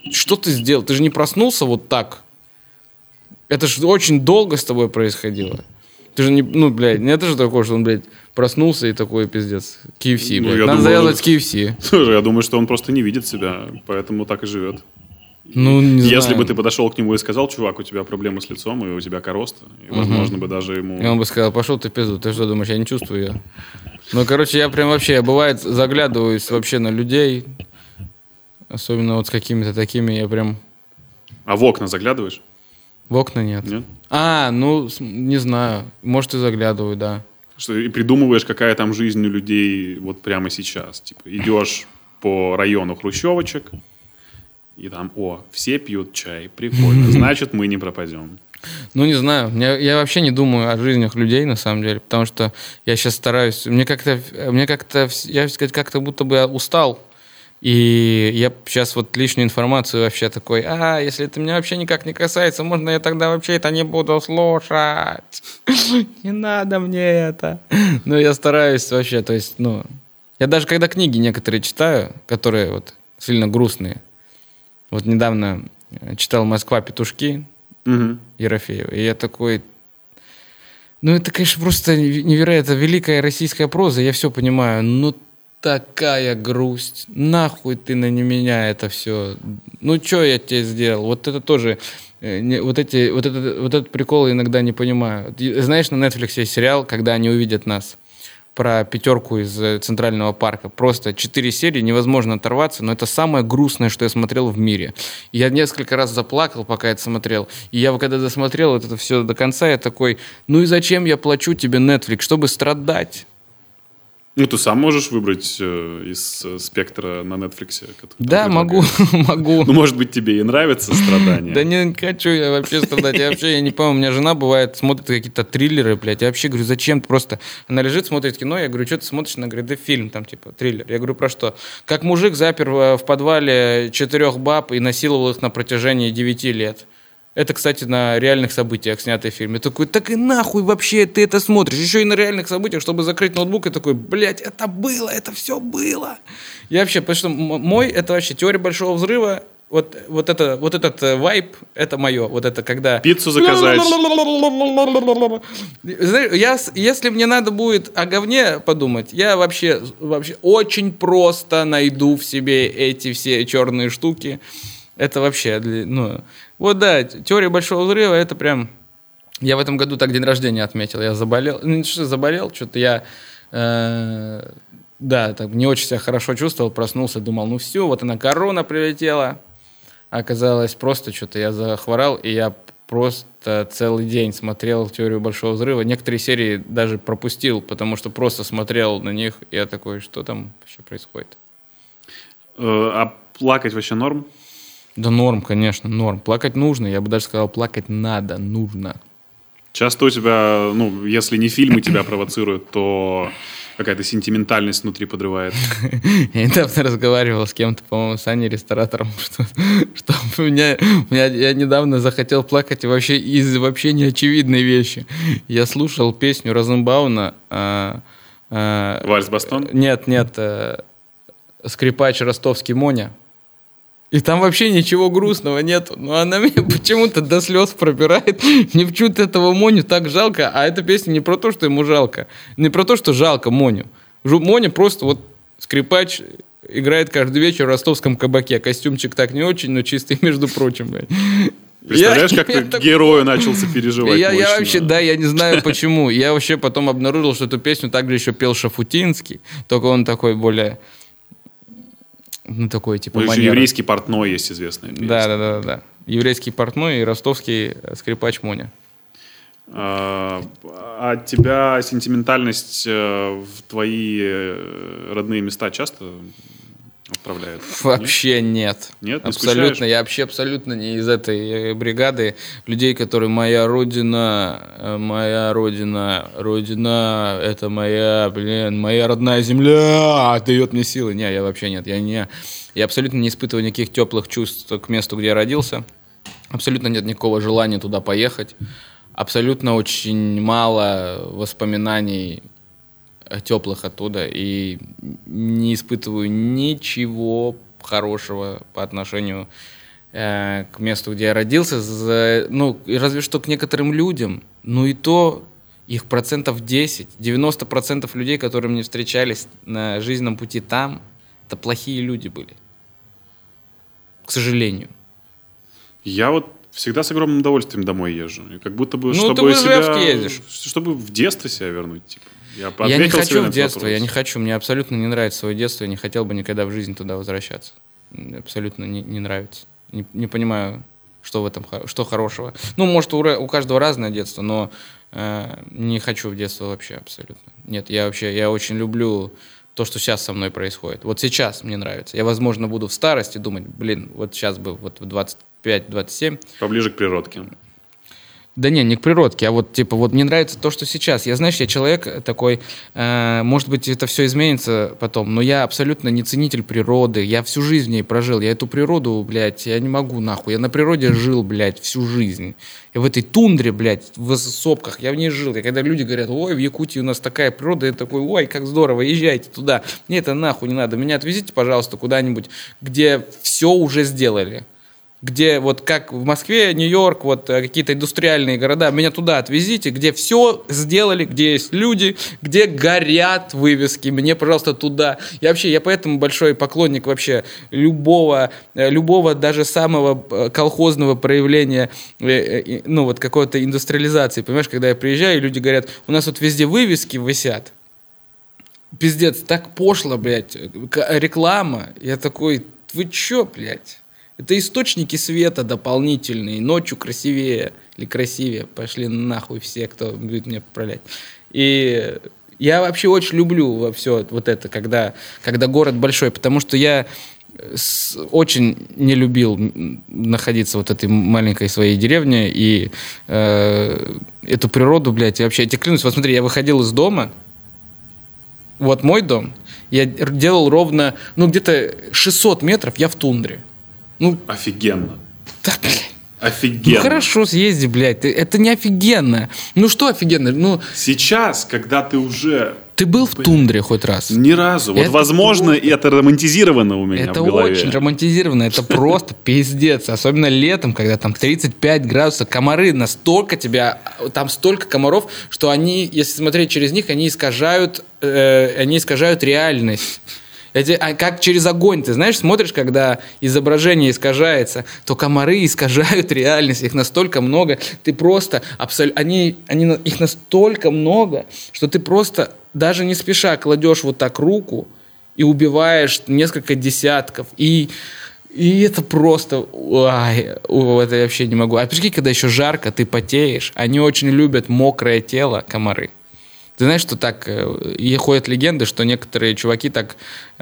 что ты сделал? Ты же не проснулся вот так. Это же очень долго с тобой происходило. Ты же не, это же такое, что он, блядь, проснулся и такой, пиздец, KFC, блядь. Надо завязывать с KFC. Слушай, я думаю, что он просто не видит себя, поэтому так и живет. Не Если знаю. бы ты подошел к нему и сказал, чувак, у тебя проблемы с лицом, и у тебя короста, и, возможно, бы даже ему... И он бы сказал, пошел ты пизду, ты что думаешь, я не чувствую ее? Я прям вообще, бывает, заглядываюсь вообще на людей, особенно вот с какими-то такими, я прям... А в окна заглядываешь? В окна нет. Нет? Не знаю, может и заглядываю, да. Что и придумываешь, какая там жизнь у людей вот прямо сейчас. Типа, идешь по району хрущевочек, и там, все пьют чай, прикольно, значит, мы не пропадем. Не знаю, я вообще не думаю о жизнях людей, на самом деле, потому что я сейчас стараюсь, я как-то будто бы устал, и я сейчас вот лишнюю информацию вообще такой, если это меня вообще никак не касается, можно я тогда вообще это не буду слушать, не надо мне это. Я стараюсь вообще, то есть, я даже когда книги некоторые читаю, которые вот сильно грустные, вот недавно читал «Москва. Петушки» Ерофеева, и я такой... это, конечно, просто невероятно великая российская проза, я все понимаю, такая грусть, нахуй ты на меня это все, что я тебе сделал, вот это тоже, вот этот прикол иногда не понимаю. Знаешь, на Netflix есть сериал «Когда они увидят нас», про 5 из Центрального парка. Просто 4 серии, невозможно оторваться, но это самое грустное, что я смотрел в мире. Я несколько раз заплакал, пока это смотрел. И я когда досмотрел это все до конца, я такой, и зачем я плачу тебе Netflix, чтобы страдать? Ты сам можешь выбрать из спектра на Netflix. Да, могу. Может быть, тебе и нравится страдание. Да не хочу я вообще страдать. Я не помню, у меня жена бывает смотрит какие-то триллеры, блядь. Я вообще говорю, зачем? Просто она лежит, смотрит кино, я говорю, что ты смотришь? Она говорит, да фильм, там типа триллер. Я говорю, про что? Как мужик запер в подвале 4 баб и насиловал их на протяжении 9 лет. Это, кстати, на реальных событиях снятый фильм. Я такой, так и нахуй вообще ты это смотришь? Еще и на реальных событиях, чтобы закрыть ноутбук. Я такой, блядь, это было, это все было. Я вообще, потому что это вообще теория большого взрыва. Вот этот вайб, это мое. Вот это когда... Пиццу заказать. Знаешь, если мне надо будет о говне подумать, я вообще очень просто найду в себе эти все черные штуки. Это вообще, теория большого взрыва, это прям... Я в этом году так день рождения отметил, я заболел. Что-то я... так не очень себя хорошо чувствовал, проснулся, думал, все, вот она, корона прилетела. Оказалось, просто что-то я захворал, и я просто целый день смотрел «Теорию большого взрыва». Некоторые серии даже пропустил, потому что просто смотрел на них, и я такой, что там вообще происходит? А плакать вообще норм? Да норм, конечно, норм. Плакать нужно, я бы даже сказал, плакать нужно. Часто у тебя, если не фильмы тебя провоцируют, то какая-то сентиментальность внутри подрывает. Я недавно разговаривал с кем-то, по-моему, с Аней, ресторатором, что я недавно захотел плакать вообще из вообще неочевидной вещи. Я слушал песню Розенбауна. «Вальс-бастон»? Нет, скрипач ростовский Моня. И там вообще ничего грустного нет. Но она меня почему-то до слез пробирает. Мне почему-то этого Моню так жалко. А эта песня не про то, что ему жалко. Не про то, что жалко Моню. Моня просто вот скрипач играет каждый вечер в ростовском кабаке. Костюмчик так не очень, но чистый, между прочим. Блядь. Представляешь, как ты к герою начал сопереживать? Я вообще, я не знаю почему. Я вообще потом обнаружил, что эту песню также еще пел Шафутинский. Только он такой более... такой, типа, манера. Еврейский портной есть известная песня. Да. Еврейский портной и ростовский скрипач Моня. А тебя сентиментальность в твои родные места часто отправляет? Вообще нет. Нет? Не абсолютно. скучаешь? Я вообще абсолютно не из этой бригады людей, которые моя родина, это моя родная земля дает мне силы. Не, я вообще нет. Я абсолютно не испытываю никаких теплых чувств к месту, где я родился. Абсолютно нет никакого желания туда поехать. Абсолютно очень мало воспоминаний теплых оттуда. И не испытываю ничего хорошего по отношению к месту, где я родился, разве что к некоторым людям, и то их 10%, 90% людей, которые мне встречались на жизненном пути там, это плохие люди были. К сожалению. Я вот всегда с огромным удовольствием домой езжу. И как будто бы, ты в Ижевск едешь. Чтобы в детство себя вернуть. Типа. Я не хочу в детство, я не хочу. Мне абсолютно не нравится свое детство. Я не хотел бы никогда в жизни туда возвращаться. Абсолютно не нравится. Не понимаю, что в этом, что хорошего. Может, у каждого разное детство, но не хочу в детство вообще абсолютно. Нет, я очень люблю то, что сейчас со мной происходит. Вот сейчас мне нравится. Я, возможно, буду в старости думать, вот сейчас бы в 25-27. Поближе к природке. Да не к природке, а мне нравится то, что сейчас. Я человек такой, может быть, это все изменится потом, но я абсолютно не ценитель природы, я всю жизнь в ней прожил, я эту природу, я не могу нахуй, я на природе жил, всю жизнь. Я в этой тундре, в сопках, я в ней жил. И когда люди говорят, ой, в Якутии у нас такая природа, я такой, ой, как здорово, езжайте туда. Мне это нахуй не надо, меня отвезите, пожалуйста, куда-нибудь, где все уже сделали. Где как в Москве, Нью-Йорк, какие-то индустриальные города, меня туда отвезите, где все сделали, где есть люди, где горят вывески, мне, пожалуйста, туда. Я поэтому большой поклонник вообще любого даже самого колхозного проявления, какой-то индустриализации. Понимаешь, когда я приезжаю, и люди говорят, у нас везде вывески висят. Пиздец, так пошло, реклама. Я такой, вы чё, Это источники света дополнительные. Ночью красивее или красивее. Пошли нахуй все, кто будет меня поправлять. И я вообще очень люблю все это, когда город большой, потому что я очень не любил находиться в этой маленькой своей деревне и эту природу, я вообще, я тебе клянусь, смотри, я выходил из дома, мой дом, я делал ровно, где-то 600 метров я в тундре. Офигенно. Да, блядь. Офигенно. Хорошо, съезди, это не офигенно. Что офигенно? Сейчас, когда ты уже... Ты был в тундре хоть раз? Ни разу. Возможно, это романтизировано у меня в голове. Это очень романтизировано. Это просто пиздец. Особенно летом, когда там 35 градусов. Комары настолько там столько комаров, что они, если смотреть через них, они искажают реальность. Как через огонь, ты знаешь, смотришь, когда изображение искажается, то комары искажают реальность, их настолько много, ты просто их настолько много, что ты просто даже не спеша кладешь так руку и убиваешь несколько десятков, и это просто... это я вообще не могу. А прикинь, когда еще жарко, ты потеешь, они очень любят мокрое тело, комары. Ты знаешь, что так ходят легенды, что некоторые чуваки так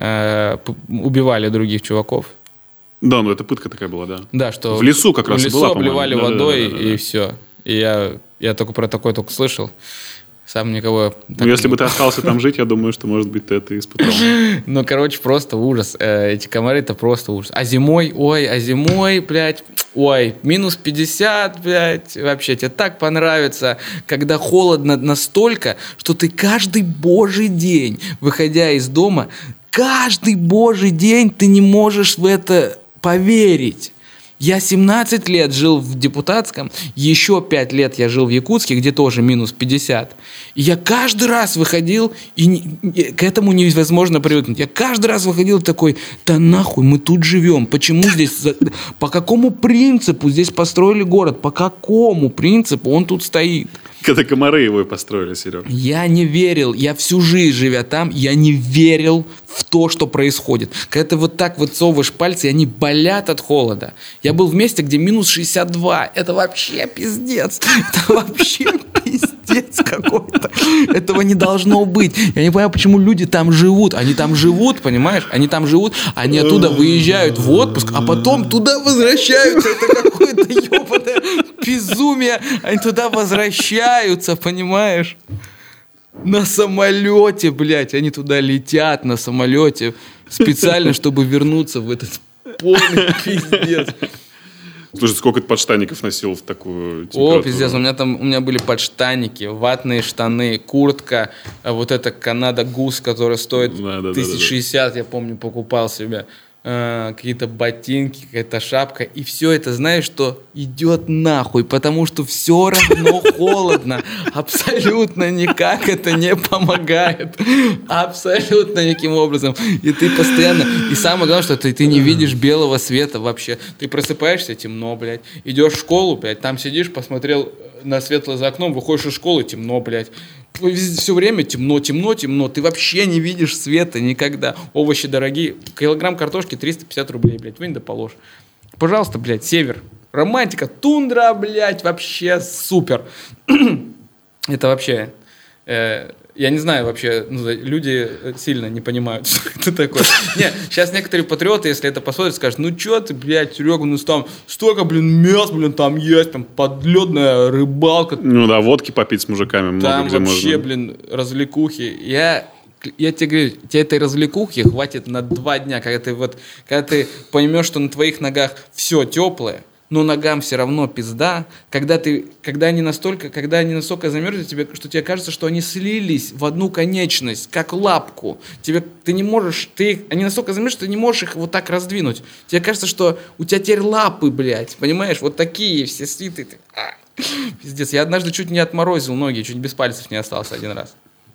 убивали других чуваков? Да, это пытка такая была, да. Да, что в лесу как раз была, по-моему. обливали водой, и все. И я только про такое только слышал. Сам никого... если бы ты остался там жить, я думаю, что, может быть, ты это испытал. Просто ужас. Эти комары — это просто ужас. А зимой, блядь, минус 50, блядь, вообще тебе так понравится, когда холодно настолько, что ты каждый божий день, выходя из дома, каждый божий день ты не можешь в это поверить. Я 17 лет жил в Депутатском, еще 5 лет я жил в Якутске, где тоже минус 50. И я каждый раз выходил, и к этому невозможно привыкнуть. Я каждый раз выходил такой, да нахуй, мы тут живем. Почему здесь, по какому принципу здесь построили город? По какому принципу он тут стоит? Когда комары его и построили, Серег. Я не верил, я всю жизнь, живя там, я не верил в то, что происходит. Когда ты так совываешь пальцы, и они болят от холода. Я был в месте, где минус 62. Это вообще пиздец. Это вообще пиздец какой-то. Этого не должно быть. Я не понимаю, почему люди там живут. Они там живут, понимаешь? Они там живут, они оттуда выезжают в отпуск, а потом туда возвращаются. Это какое-то ебаное безумие. Они туда возвращаются, понимаешь? На самолете, блядь. Они туда летят на самолете специально, чтобы вернуться в этот полный пиздец. Слушай, сколько ты подштанников носил в такую температуру? О, пиздец, у меня были подштанники, ватные штаны, куртка, эта Канада Гус, которая стоит 1060, я помню, покупал себе. какие-то ботинки, какая-то шапка, и все это, знаешь, что идет нахуй, потому что все равно холодно, абсолютно никак это не помогает, абсолютно никаким образом, и ты постоянно, и самое главное, что ты не видишь белого света вообще, ты просыпаешься, темно, блядь, идешь в школу, блядь, там сидишь, посмотрел на светлое за окном, выходишь из школы, темно, блядь, все время темно, ты вообще не видишь света никогда. Овощи дорогие, килограмм картошки 350 рублей, блядь, вынь да положь. Пожалуйста, блядь, север, романтика, тундра, блядь, вообще супер. Это вообще... я не знаю вообще, люди сильно не понимают, что это такое. Не, сейчас некоторые патриоты, если это посмотрят, скажут, ну что ты, блядь, Серега, ну там столько, мест, там есть, там подледная рыбалка. Ну да, водки попить с мужиками много там где вообще, можно. Развлекухи. Я тебе говорю, тебе этой развлекухи хватит на 2 дня, когда ты поймешь, что на твоих ногах все теплое, но ногам все равно пизда, когда они настолько замерзли, что тебе кажется, что они слились в одну конечность, как лапку. Они настолько замерзли, что ты не можешь их вот так раздвинуть. Тебе кажется, что у тебя теперь лапы, блядь, понимаешь? Вот такие все свиты. Пиздец, я однажды чуть не отморозил ноги, чуть без пальцев не остался один раз.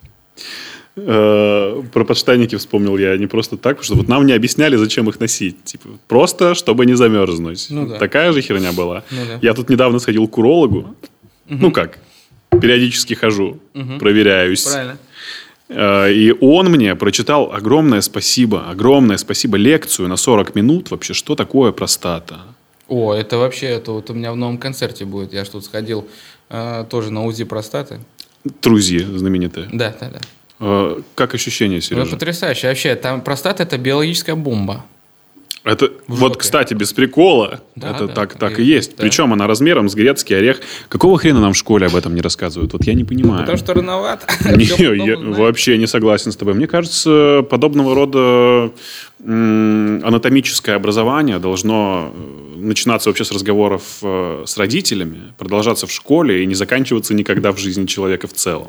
Про подштанники вспомнил я не просто так, потому что вот нам не объясняли, зачем их носить. Типа, просто, чтобы не замерзнуть. Ну, да. Такая же херня была. Ну, да. Я тут недавно сходил к урологу. Угу. Ну как, периодически хожу, проверяюсь. Правильно. И он мне прочитал огромное спасибо, лекцию на 40 минут вообще, что такое простата. О, это вообще, это вот у меня в новом концерте будет. Я ж тут сходил тоже на УЗИ простаты. Трузи знаменитые. Да. Как ощущение, Сережа? Ну, потрясающе. Вообще, там простата – это биологическая бомба. Это, вот, кстати, без прикола, да, это так и есть. Да. Причем она размером с грецкий орех. Какого хрена нам в школе об этом не рассказывают? Вот я не понимаю. Потому что рановато. Я вообще не согласен с тобой. Мне кажется, подобного рода анатомическое образование должно начинаться вообще с разговоров с родителями, продолжаться в школе и не заканчиваться никогда в жизни человека в целом.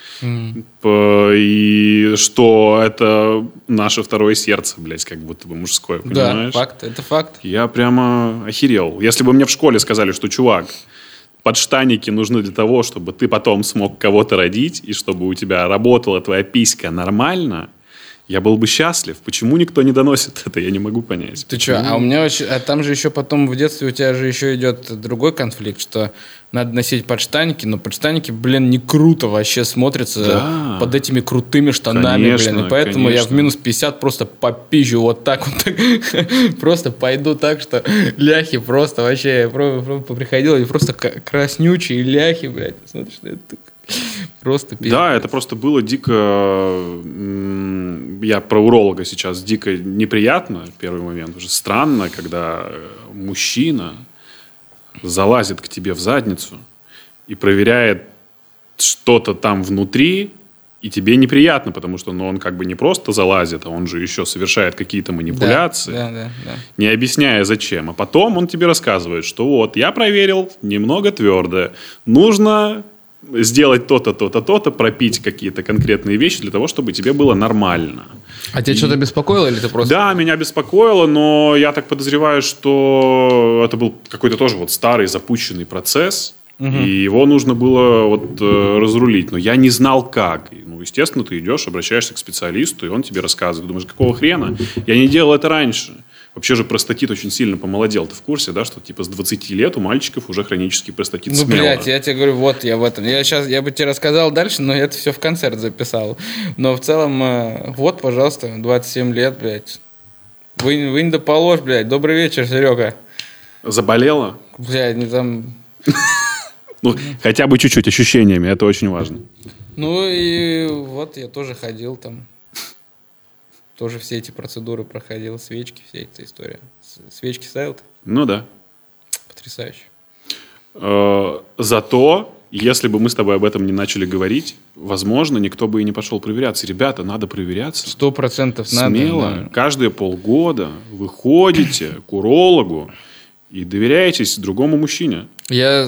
И что это наше второе сердце, блядь, как будто бы мужское, понимаешь? Да, это факт. Я прямо охерел. Если бы мне в школе сказали, что, чувак, подштанники нужны для того, чтобы ты потом смог кого-то родить, и чтобы у тебя работала твоя писька нормально, я был бы счастлив. Почему никто не доносит это, я не могу понять. Ты что, а там же еще потом в детстве у тебя же еще идет другой конфликт, что надо носить подштанники, но подштаники, блин, не круто вообще смотрятся под этими крутыми штанами, конечно, блин. И поэтому я в минус 50 просто попизжу вот так вот. Просто пойду так, что ляхи просто вообще приходило, и просто краснючие ляхи, блядь. Смотришь, это просто пиздец. Да, это просто было дико... Я про уролога сейчас. Дико неприятно, первый момент. Уже странно, когда мужчина залазит к тебе в задницу и проверяет что-то там внутри, и тебе неприятно, потому что он как бы не просто залазит, а он же еще совершает какие-то манипуляции, да. не объясняя зачем. А потом он тебе рассказывает, что вот, я проверил, немного твердое. Нужно сделать то-то, то-то, то-то, пропить какие-то конкретные вещи для того, чтобы тебе было нормально. А тебя что-то беспокоило или ты просто... Да, меня беспокоило, но я так подозреваю, что это был какой-то тоже вот старый запущенный процесс, и его нужно было вот разрулить. Но я не знал, как. Ну, естественно, ты идешь, обращаешься к специалисту, и он тебе рассказывает. Думаешь, какого хрена? Я не делал это раньше. Вообще же простатит очень сильно помолодел. Ты в курсе, да, что типа с 20 лет у мальчиков уже хронический простатит смело. Ну, блядь, я тебе говорю, вот я в этом. Я бы тебе рассказал дальше, но я это все в концерт записал. Но в целом, вот, пожалуйста, 27 лет, блядь. Вынь да положь, блядь. Добрый вечер, Серега. Заболела? Блядь, не там... Ну, хотя бы чуть-чуть ощущениями, это очень важно. Ну, и вот я тоже ходил там. Тоже все эти процедуры проходил, свечки, вся эта история. Свечки ставил ты? Ну да. Потрясающе. Зато, если бы мы с тобой об этом не начали говорить, возможно, никто бы и не пошел проверяться. Ребята, надо проверяться. 100% надо. Смело. Да. Каждые полгода вы ходите к урологу и доверяетесь другому мужчине. Я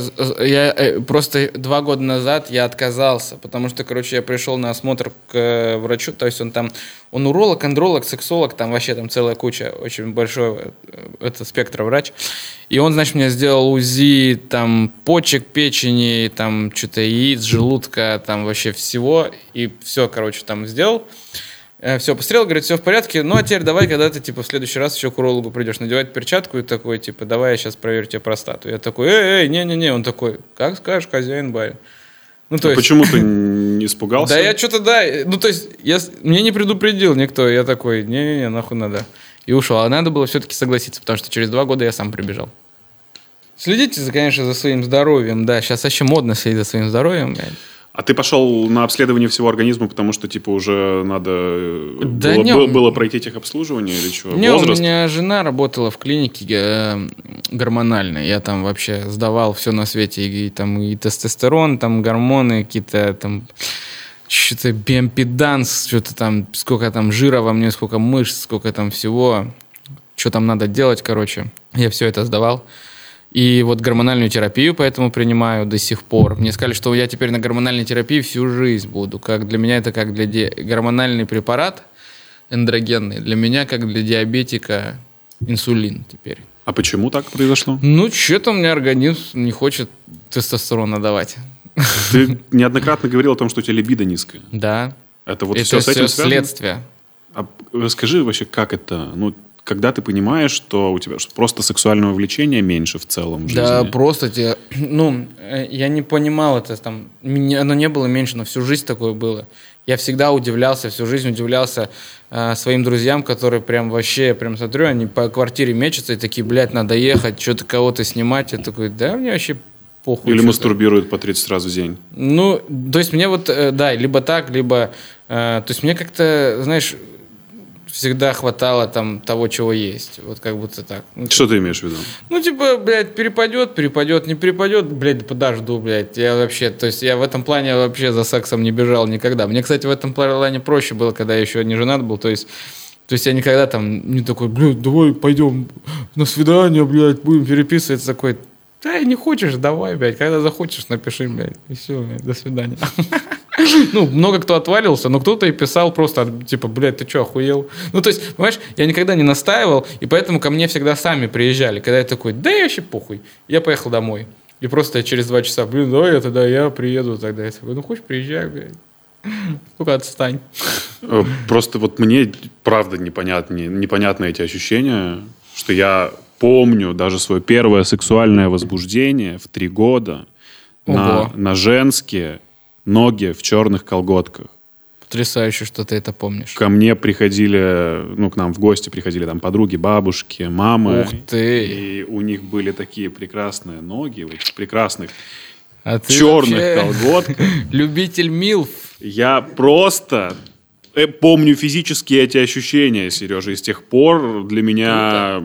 просто 2 года назад я отказался, потому что, короче, я пришел на осмотр к врачу, то есть он уролог, андролог, сексолог, там вообще там целая куча, очень большой спектр врач. И он, значит, мне сделал УЗИ там почек, печени, там что-то яиц, желудка, там вообще всего, и все, короче, там сделал. Все, посмотрел, говорит, все в порядке, ну а теперь давай, когда ты типа в следующий раз еще к урологу придешь, надевает перчатку и такой, типа, давай я сейчас проверю тебе простату. Я такой, не-не-не, он такой, как скажешь, хозяин, барин. Ну, то есть... Почему ты не испугался? Да я что-то, ну то есть, мне не предупредил никто, я такой, не-не-не, нахуй надо. И ушел, а надо было все-таки согласиться, потому что через 2 года я сам прибежал. Следите, конечно, за своим здоровьем, да, сейчас вообще модно следить за своим здоровьем, А ты пошел на обследование всего организма, потому что, типа, уже надо да было пройти техобслуживание или что? Не, у меня жена работала в клинике гормональной. Я там вообще сдавал все на свете. И тестостерон, там гормоны, какие-то там что-то биомпеданс, что-то там, сколько там жира во мне, сколько мышц, сколько там всего. Что там надо делать, короче. Я все это сдавал. И вот гормональную терапию поэтому принимаю до сих пор. Мне сказали, что я теперь на гормональной терапии всю жизнь буду. Как для меня это как для гормональный препарат эндрогенный. Для меня как для диабетика инсулин теперь. А почему так произошло? Ну, что-то у меня организм не хочет тестостерона давать. Ты неоднократно говорил о том, что у тебя либидо низкое. Да. Это вот все с этим связано? Следствие. А расскажи вообще, как это... Когда ты понимаешь, что у тебя просто сексуального влечения меньше в целом в жизни? Да, просто тебе... я не понимал это там. Оно не было меньше, но всю жизнь такое было. Я всегда удивлялся, всю жизнь удивлялся своим друзьям, которые прям вообще, прям смотрю, они по квартире мечутся и такие, блядь, надо ехать, что-то кого-то снимать. Я такой, да, мне вообще похуй. Или мастурбируют по 30 раз в день. Ну, то есть мне вот, да, либо так, либо... То есть мне как-то, знаешь... всегда хватало там того, чего есть. Вот как будто так. Что ты имеешь в виду? Ну, типа, блядь, перепадет, не перепадет, блядь, подожду, блядь. Я вообще, то есть я в этом плане вообще за сексом не бежал никогда. Мне, кстати, в этом плане проще было, когда я еще не женат был, то есть я никогда там не такой, блядь, давай пойдем на свидание, блядь, будем переписываться, такой, да, не хочешь, давай, блядь, когда захочешь, напиши, блядь, и все, блядь, до свидания. Ну, много кто отвалился, но кто-то и писал просто, типа, блядь, ты что, охуел? Ну, то есть, понимаешь, я никогда не настаивал, и поэтому ко мне всегда сами приезжали. Когда я такой, да я вообще похуй. Я поехал домой. И просто через 2 часа, блин, давай я приеду тогда. Я такой, ну, хочешь, приезжай, блядь. Только отстань. Просто вот мне, правда, непонятны эти ощущения, что я помню даже свое первое сексуальное возбуждение в 3 года на женские ноги в черных колготках. Потрясающе, что ты это помнишь. Ко мне приходили, к нам в гости приходили там подруги, бабушки, мамы. Ух ты! И у них были такие прекрасные ноги, в этих прекрасных черных колготках. Любитель милф. Я просто помню физически эти ощущения, Сережа, и с тех пор для меня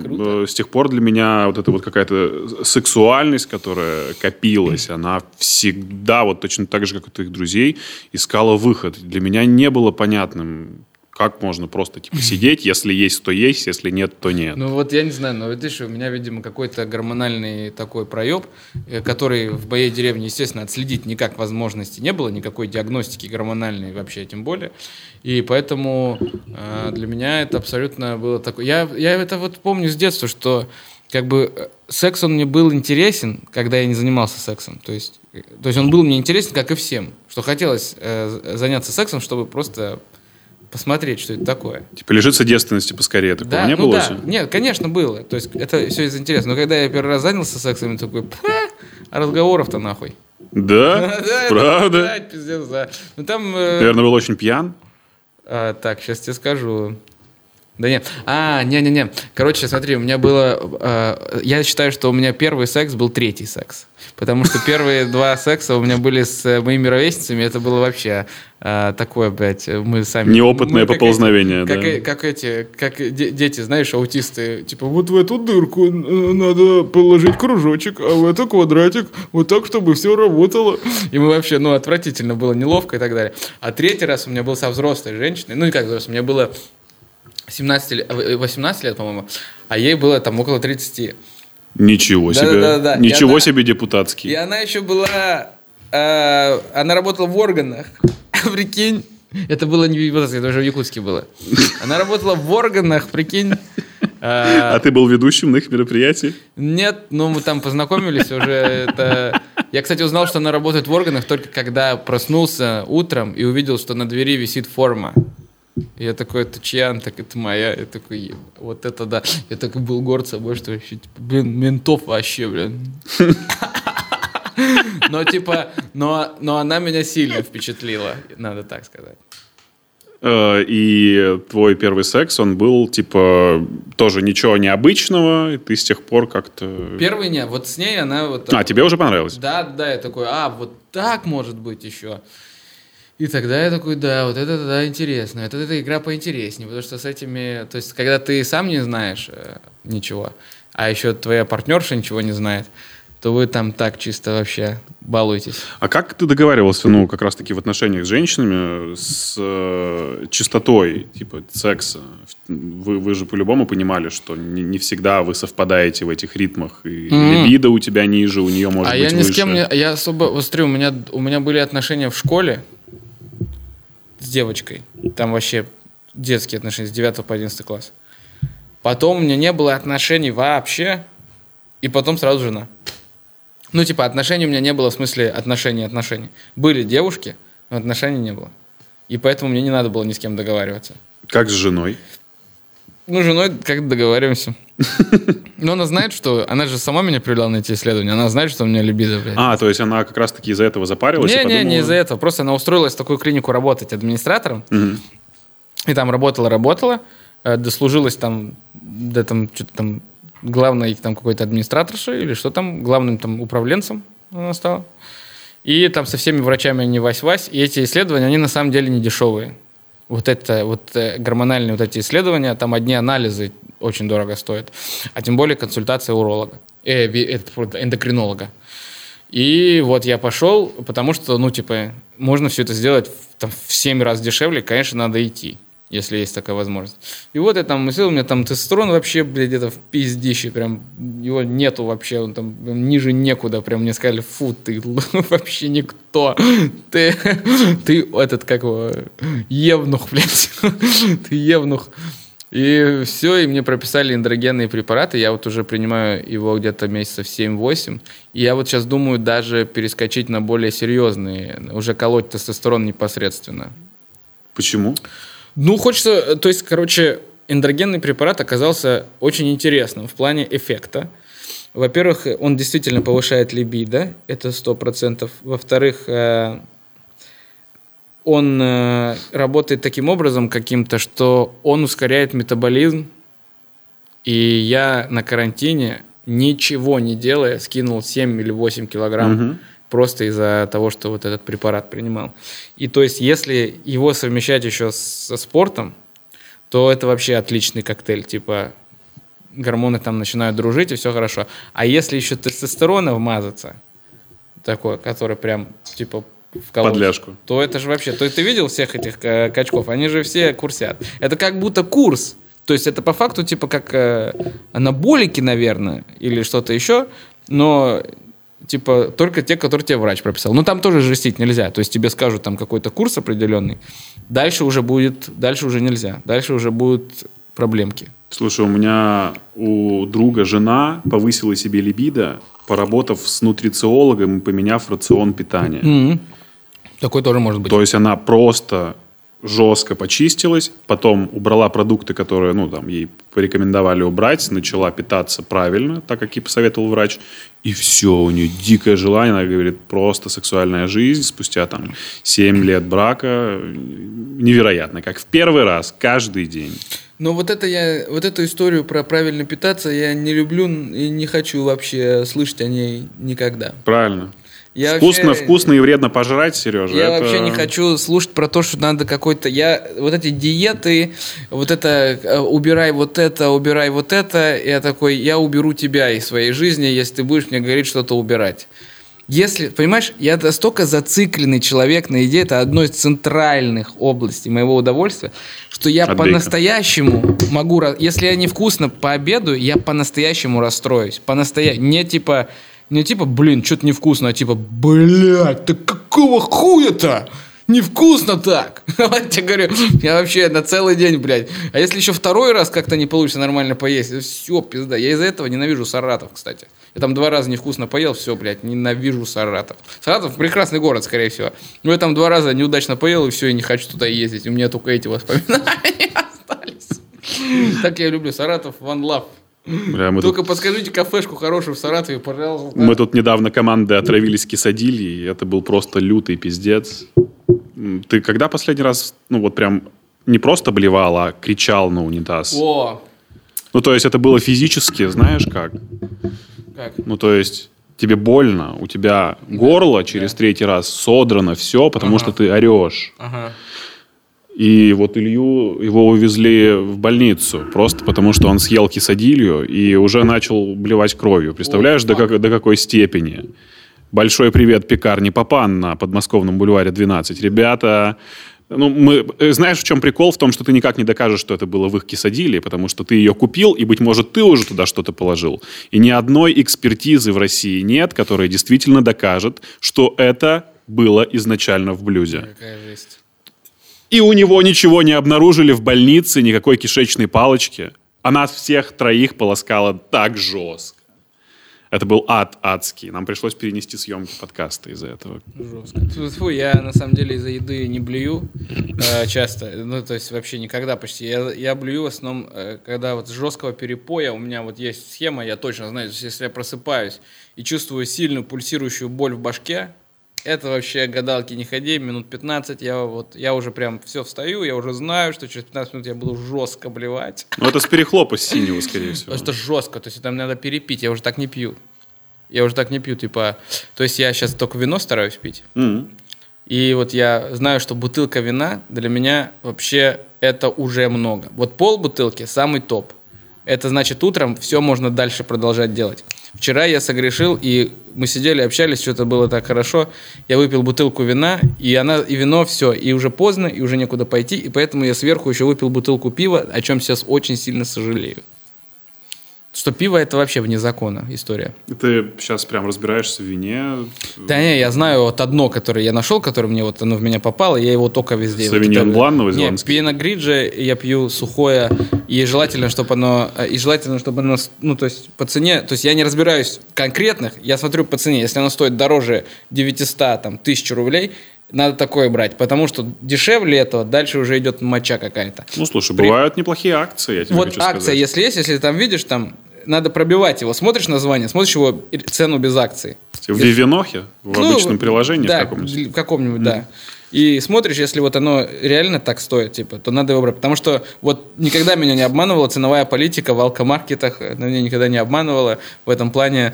вот эта вот какая-то сексуальность, которая копилась, она всегда, вот точно так же, как у твоих друзей, искала выход. Для меня не было понятным, как можно просто сидеть, если есть, то есть, если нет, то нет. Ну вот я не знаю, но видишь, у меня, видимо, какой-то гормональный такой проеб, который в моей деревне, естественно, отследить никак возможности не было, никакой диагностики гормональной вообще, тем более. И поэтому для меня это абсолютно было такое... Я это вот помню с детства, что как бы секс, он мне был интересен, когда я не занимался сексом. То есть он был мне интересен, как и всем. Что хотелось заняться сексом, чтобы просто... посмотреть, что это такое. Типа лишиться девственности поскорее. Такого не было? Да. Нет, конечно, было. То есть это все из интереса. Но когда я первый раз занялся сексом, я такой, а разговоров-то нахуй. Да? Правда? Да, пиздец, да. Ну, там... Наверное, был очень пьян? Так, сейчас тебе скажу. Да нет. Не. Короче, смотри, у меня было... я считаю, что у меня первый секс был 3-й секс. Потому что первые 2 секса у меня были с моими ровесницами. Это было вообще такое, блядь, мы сами... Неопытное поползновение, да. Как дети, знаешь, аутисты. Типа, вот в эту дырку надо положить кружочек, а в эту квадратик. Вот так, чтобы все работало. И мы вообще, отвратительно было, неловко и так далее. А 3-й раз у меня был со взрослой женщиной. Ну, и как взрослой, у меня было... 18 лет, 18 лет, по-моему, а ей было там около 30. Ничего себе. Да. Ничего себе депутатский. И она еще была... она работала в органах. Прикинь. Это было не в Якутске, это уже в Якутске было. Она работала в органах, прикинь. А ты был ведущим на их мероприятии? Нет, мы там познакомились уже. Я, кстати, узнал, что она работает в органах только когда проснулся утром и увидел, что на двери висит форма. Я такой, это чья? Она так, это моя. Я такой, вот это да. Я такой был горд собой, что вообще, ментов вообще, Но она меня сильно впечатлила, надо так сказать. И твой первый секс, он был, тоже ничего необычного, и ты с тех пор как-то... Первый нет, вот с ней она вот... тебе уже понравилось? Да, я такой, вот так может быть еще. И тогда я такой, вот это интересно, это игра поинтереснее, потому что с этими... То есть, когда ты сам не знаешь ничего, а еще твоя партнерша ничего не знает, то вы там так чисто вообще балуетесь. А как ты договаривался, как раз-таки в отношениях с женщинами, с частотой, секса? Вы же по-любому понимали, что не всегда вы совпадаете в этих ритмах, и либидо у тебя ниже, у нее может быть выше. Я ни с кем не... Я особо... Вот смотри, у меня были отношения в школе с девочкой. Там вообще детские отношения с 9 по 11 класс. Потом у меня не было отношений вообще, и потом сразу жена. Отношений у меня не было в смысле отношений. Были девушки, но отношений не было. И поэтому мне не надо было ни с кем договариваться. Как с женой? С женой как-то договариваемся. Но она знает, что... Она же сама меня привела на эти исследования. Она знает, что у меня либидо, блядь. То есть она как раз-таки из-за этого запарилась? Не из-за этого. Просто она устроилась в такую клинику работать администратором. И там работала. Дослужилась там... что-то там... главной там какой-то администраторшей или что там, главным там управленцем она стала. И там со всеми врачами они вась-вась. И эти исследования, они на самом деле не дешевые. Гормональные эти исследования, там одни анализы очень дорого стоят. А тем более консультация уролога, эндокринолога. И я пошел, потому что, можно все это сделать в 7 раз дешевле, конечно, надо идти. Если есть такая возможность. И я там мыслил, у меня там тестостерон вообще, где-то в пиздище, прям его нету вообще, он там ниже некуда, прям мне сказали, фу, ты вообще никто, ты евнух, блядь, ты евнух. И все, и мне прописали эндогенные препараты, я уже принимаю его где-то месяцев 7-8, и я сейчас думаю даже перескочить на более серьезные, уже колоть тестостерон непосредственно. Почему? Хочется... То есть, эндогенный препарат оказался очень интересным в плане эффекта. Во-первых, он действительно повышает либидо, это 100%. Во-вторых, он работает таким образом каким-то, что он ускоряет метаболизм. И я на карантине, ничего не делая, скинул 7 или 8 килограмм. Просто из-за того, что этот препарат принимал. И то есть, если его совмещать еще со спортом, то это вообще отличный коктейль. Гормоны там начинают дружить, и все хорошо. А если еще тестостерона вмазаться, такой, который прям, в колодец, подляжку, то это же вообще... То есть, ты видел всех этих качков? Они же все курсят. Это как будто курс. То есть, это по факту, как анаболики, наверное, или что-то еще, но... только те, которые тебе врач прописал. Там тоже жестить нельзя. То есть тебе скажут там какой-то курс определенный. Дальше уже нельзя. Дальше уже будут проблемки. Слушай, у друга жена повысила себе либидо, поработав с нутрициологом и поменяв рацион питания. Такой тоже может быть. То есть она просто жестко почистилась, потом убрала продукты, которые, ей порекомендовали убрать, начала питаться правильно, так как ей посоветовал врач, и все, у нее дикое желание, она говорит, просто сексуальная жизнь спустя 7 лет брака, невероятно, как в первый раз, каждый день. Но эту историю про правильно питаться я не люблю и не хочу вообще слышать о ней никогда. Правильно. Вкусно и вредно пожрать, Сережа. Я вообще не хочу слушать про то, что надо какой-то... эти диеты, убирай вот это. Я такой, я уберу тебя из своей жизни, если ты будешь мне говорить что-то убирать. Если, понимаешь, я настолько зацикленный человек на еде, это одно из центральных областей моего удовольствия, что я по-настоящему могу, если я невкусно пообедаю, я по-настоящему расстроюсь. Не типа, блин, что-то невкусно, а типа, блядь, ты какого хуя-то? Невкусно так. Я тебе говорю, я вообще на целый день, блядь. А если еще второй раз как-то не получится нормально поесть, все, пизда. Я из-за этого ненавижу Саратов, кстати. Я там 2 раза невкусно поел, все, блядь, ненавижу Саратов. Саратов прекрасный город, скорее всего. Но я там 2 раза неудачно поел, и все, и не хочу туда ездить. У меня только эти воспоминания остались. Так я люблю Саратов, one love. Только подскажите кафешку хорошую в Саратове, пожалуйста. Мы тут недавно командой отравились кисадильей, и это был просто лютый пиздец. Ты когда последний раз, прям не просто блевал, а кричал на унитаз? О! То есть это было физически, знаешь как? Как? То есть тебе больно, у тебя горло через 3-й раз содрано все, потому что ты орешь. Ага. И вот Илью, его увезли в больницу, просто потому что он съел кисадилью и уже начал блевать кровью. Представляешь, до какой степени? Большой привет пекарне Папан на Подмосковном бульваре 12. Ребята, знаешь, в чем прикол? В том, что ты никак не докажешь, что это было в их кисадилии, потому что ты ее купил, и, быть может, ты уже туда что-то положил. И ни одной экспертизы в России нет, которая действительно докажет, что это было изначально в блюде. Какая жесть. И у него ничего не обнаружили в больнице, никакой кишечной палочки. А нас всех 3 полоскала так жестко. Это был ад адский. Нам пришлось перенести съемки подкаста из-за этого. Жестко. Фу, я на самом деле из-за еды не блюю часто. То есть вообще никогда почти. Я блюю в основном, когда вот с жесткого перепоя у меня вот есть схема, я точно знаю, если я просыпаюсь и чувствую сильную пульсирующую боль в башке, это вообще гадалки не ходи, минут 15, я уже прям все встаю, я уже знаю, что через 15 минут я буду жестко блевать. Это с перехлопа с синего, скорее всего. Потому что жестко, то есть там надо перепить, я уже так не пью. Типа, то есть я сейчас только вино стараюсь пить. И вот я знаю, что бутылка вина для меня вообще это уже много. Вот полбутылки самый топ. Это значит, утром все можно дальше продолжать делать. Вчера я согрешил, и мы сидели, общались, что-то было так хорошо. Я выпил бутылку вина, и вино все, и уже поздно, и уже некуда пойти, и поэтому я сверху еще выпил бутылку пива, о чем сейчас очень сильно сожалею. Что пиво – это вообще вне закона история. Ты сейчас прям разбираешься в вине? Да не, я знаю вот одно, которое я нашел, которое мне вот оно в меня попало, я его только везде. Савиньон Блан новозеландский? Нет, Пино Гриджи я пью сухое, и желательно, чтобы оно, то есть по цене, то есть я не разбираюсь конкретных, я смотрю по цене, если оно стоит дороже 900, 1000 рублей, надо такое брать, потому что дешевле этого, дальше уже идет моча какая-то. Слушай, бывают неплохие акции, я тебе хочу сказать. Вот акция, если там видишь, там надо пробивать его. Смотришь название, смотришь его цену без акций. В Вивинохе? В обычном приложении да, каком-нибудь? В каком-нибудь, да. И смотришь, если вот оно реально так стоит, типа, то надо его брать. Потому что вот никогда меня не обманывала ценовая политика в алкомаркетах, она меня никогда не обманывала. В этом плане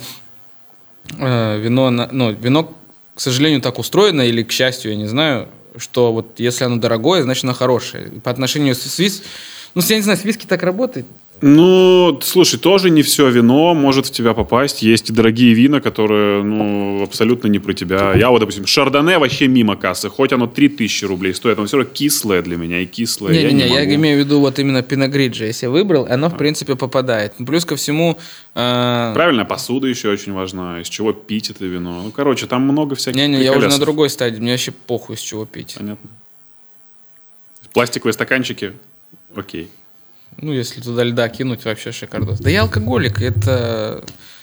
вино, к сожалению, так устроено, или к счастью, я не знаю, что вот если оно дорогое, значит оно хорошее. По отношению с виски, я не знаю, с виски так работает. Слушай, тоже не все вино может в тебя попасть. Есть и дорогие вина, которые, абсолютно не про тебя. Я вот, допустим, шардоне вообще мимо кассы. Хоть оно 3000 рублей стоит, оно все равно кислое для меня и кислое. Я имею в виду вот именно Пино Гриджи. Если я выбрал, оно, в принципе, попадает. Плюс ко всему... Правильная посуда еще очень важна. Из чего пить это вино. Там много всяких я уже на другой стадии. Мне вообще похуй, из чего пить. Понятно. Пластиковые стаканчики? Окей. Если туда льда кинуть, вообще шикардос. Да я алкоголик, это,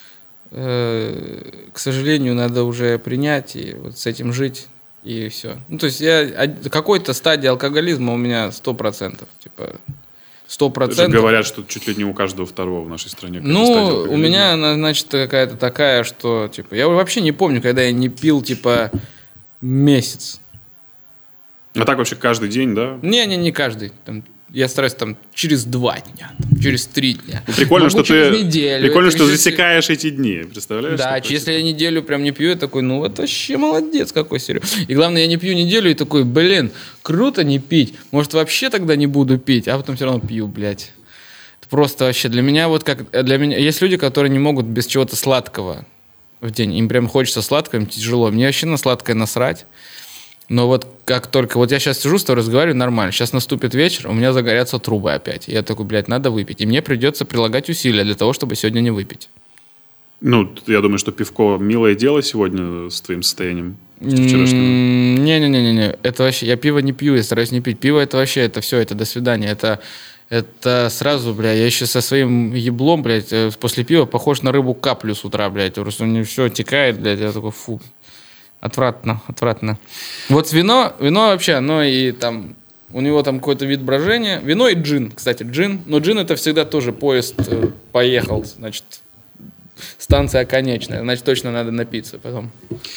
к сожалению, надо уже принять и вот с этим жить, и все. То есть какой-то стадии алкоголизма у меня 100%. Типа, 100%. Даже говорят, что чуть ли не у каждого второго в нашей стране. У меня она, значит, какая-то такая, что, типа, я вообще не помню, когда я не пил, типа, месяц. А так вообще каждый день, да? Не каждый. Я стараюсь через 2 дня, через 3 дня. Прикольно, что неделю, прикольно, что засекаешь эти дни, представляешь? Да, если я неделю прям не пью, я такой, вот вообще молодец какой, Серега. И главное, я не пью неделю и такой, круто не пить. Может, вообще тогда не буду пить, а потом все равно пью, блядь. Это просто вообще для меня, есть люди, которые не могут без чего-то сладкого в день. Им прям хочется сладкого, им тяжело. Мне вообще на сладкое насрать. Но вот как только... Вот я сейчас сижу с тобой, разговариваю нормально. Сейчас наступит вечер, у меня загорятся трубы опять. Я такой, блядь, надо выпить. И мне придется прилагать усилия для того, чтобы сегодня не выпить. Ну, я думаю, что пивко милое дело сегодня с твоим состоянием вчерашнего. Не-не-не. Это вообще... Я пиво не пью, я стараюсь не пить. Пиво это вообще, это все, это до свидания. Это сразу, бля, я еще со своим еблом, блядь, после пива похож на рыбу-каплю с утра, блядь. Просто у меня все текает, блядь, я такой, фу. Отвратно. Вот вино вообще, оно и там... У него там какой-то вид брожения. Вино и джин, кстати, джин. Но джин это всегда тоже поезд поехал, значит, станция конечная. Значит, точно надо напиться потом.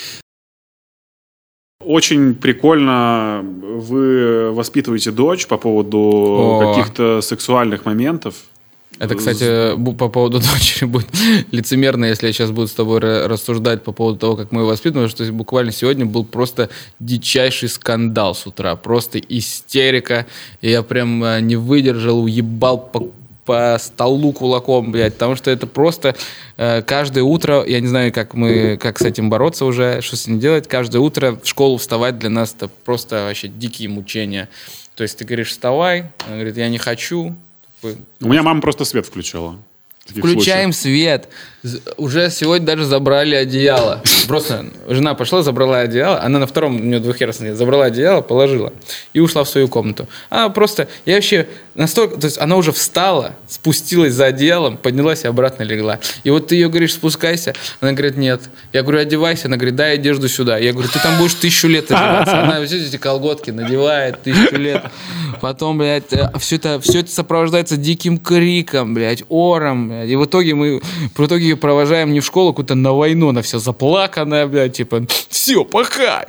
Очень прикольно вы воспитываете дочь по поводу каких-то сексуальных моментов. Это, кстати, по поводу дочери будет лицемерно, если я сейчас буду с тобой рассуждать по поводу того, как мы ее воспитываем, что буквально сегодня был просто дичайший скандал с утра, просто истерика, и я прям не выдержал, уебал по столу кулаком, блядь, потому что это просто каждое утро, я не знаю, как с этим бороться уже, что с ним делать, каждое утро в школу вставать для нас это просто вообще дикие мучения. То есть ты говоришь, вставай, она говорит, я не хочу. У меня мама просто свет включала. Включаем свет. Уже сегодня даже забрали одеяло. Просто жена пошла, забрала одеяло. Она на втором, у нее двухъярусный, забрала одеяло, положила. И ушла в свою комнату. А просто, я вообще настолько... То есть она уже встала, спустилась за одеялом, поднялась и обратно легла. И вот ты ее говоришь, спускайся. Она говорит, нет. Я говорю, одевайся. Она говорит, дай одежду сюда. Я говорю, ты там будешь 1000 лет одеваться. Она все эти колготки надевает 1000 лет. Потом, блядь, все это сопровождается диким криком, блядь, ором, блядь. И в итоге ее провожаем не в школу, куда-то на войну. Она вся заплаканная, блядь, типа, все, пока.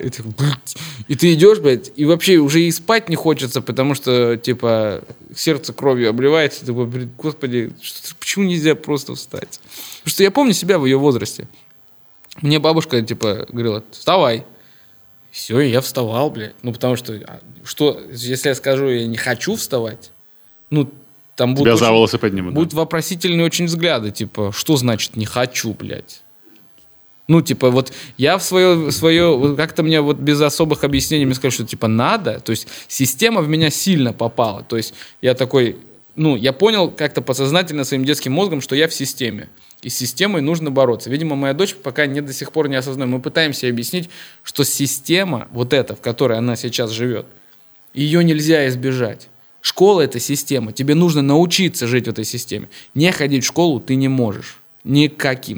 И ты идешь, блядь, и вообще уже и спать не хочется, потому что, типа, сердце кровью обливается. Ты такой, блядь, господи, почему нельзя просто встать? Потому что я помню себя в ее возрасте. Мне бабушка, типа, говорила, вставай. Все, и я вставал, блядь. Ну, потому что, если я скажу, я не хочу вставать, ну, там тебя за волосы поднимут. Будут вопросительные очень взгляды, типа, что значит не хочу, блядь? Ну, типа, вот я в свое как-то мне вот без особых объяснений мне сказали, что, типа, надо. То есть система в меня сильно попала. То есть я такой, ну, я понял как-то подсознательно своим детским мозгом, что я в системе. И с системой нужно бороться. Видимо, моя дочь пока до сих пор не осознает. Мы пытаемся объяснить, что система, вот эта, в которой она сейчас живет, ее нельзя избежать. Школа – это система. Тебе нужно научиться жить в этой системе. Не ходить в школу ты не можешь. Ни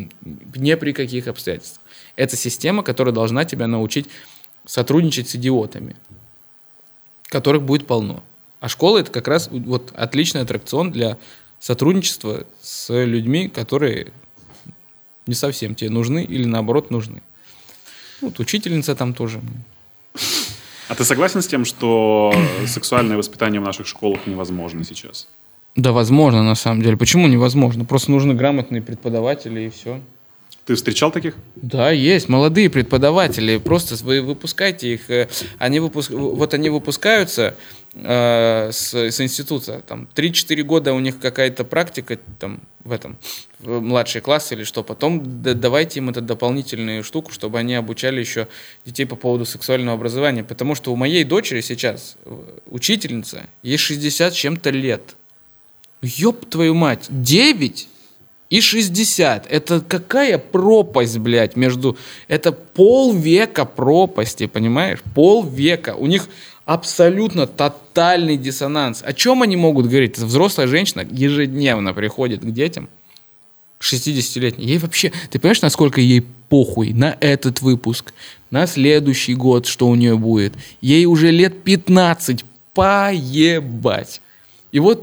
при каких обстоятельствах. Это система, которая должна тебя научить сотрудничать с идиотами, которых будет полно. А школа – это как раз вот отличный аттракцион для сотрудничества с людьми, которые не совсем тебе нужны или, наоборот, нужны. Вот учительница там тоже. А ты согласен с тем, что сексуальное воспитание в наших школах невозможно сейчас? Да, возможно, на самом деле. Почему невозможно? Просто нужны грамотные преподаватели, и все. Ты встречал таких? Да, есть. Молодые преподаватели. Просто вы выпускайте их. Они выпускаются с института. Там, 3-4 года у них какая-то практика там, в младшие классы или что. Потом давайте им эту дополнительную штуку, чтобы они обучали еще детей по поводу сексуального образования. Потому что у моей дочери сейчас учительница, ей 60 с чем-то лет. Ёб твою мать, 9 и 60. Это какая пропасть, блядь, между... Это полвека пропасти, понимаешь? Полвека. У них абсолютно тотальный диссонанс. О чем они могут говорить? Взрослая женщина ежедневно приходит к детям, 60-летней. Ей вообще... Ты понимаешь, насколько ей похуй на этот выпуск, на следующий год, что у нее будет? Ей уже лет 15. Поебать. И вот...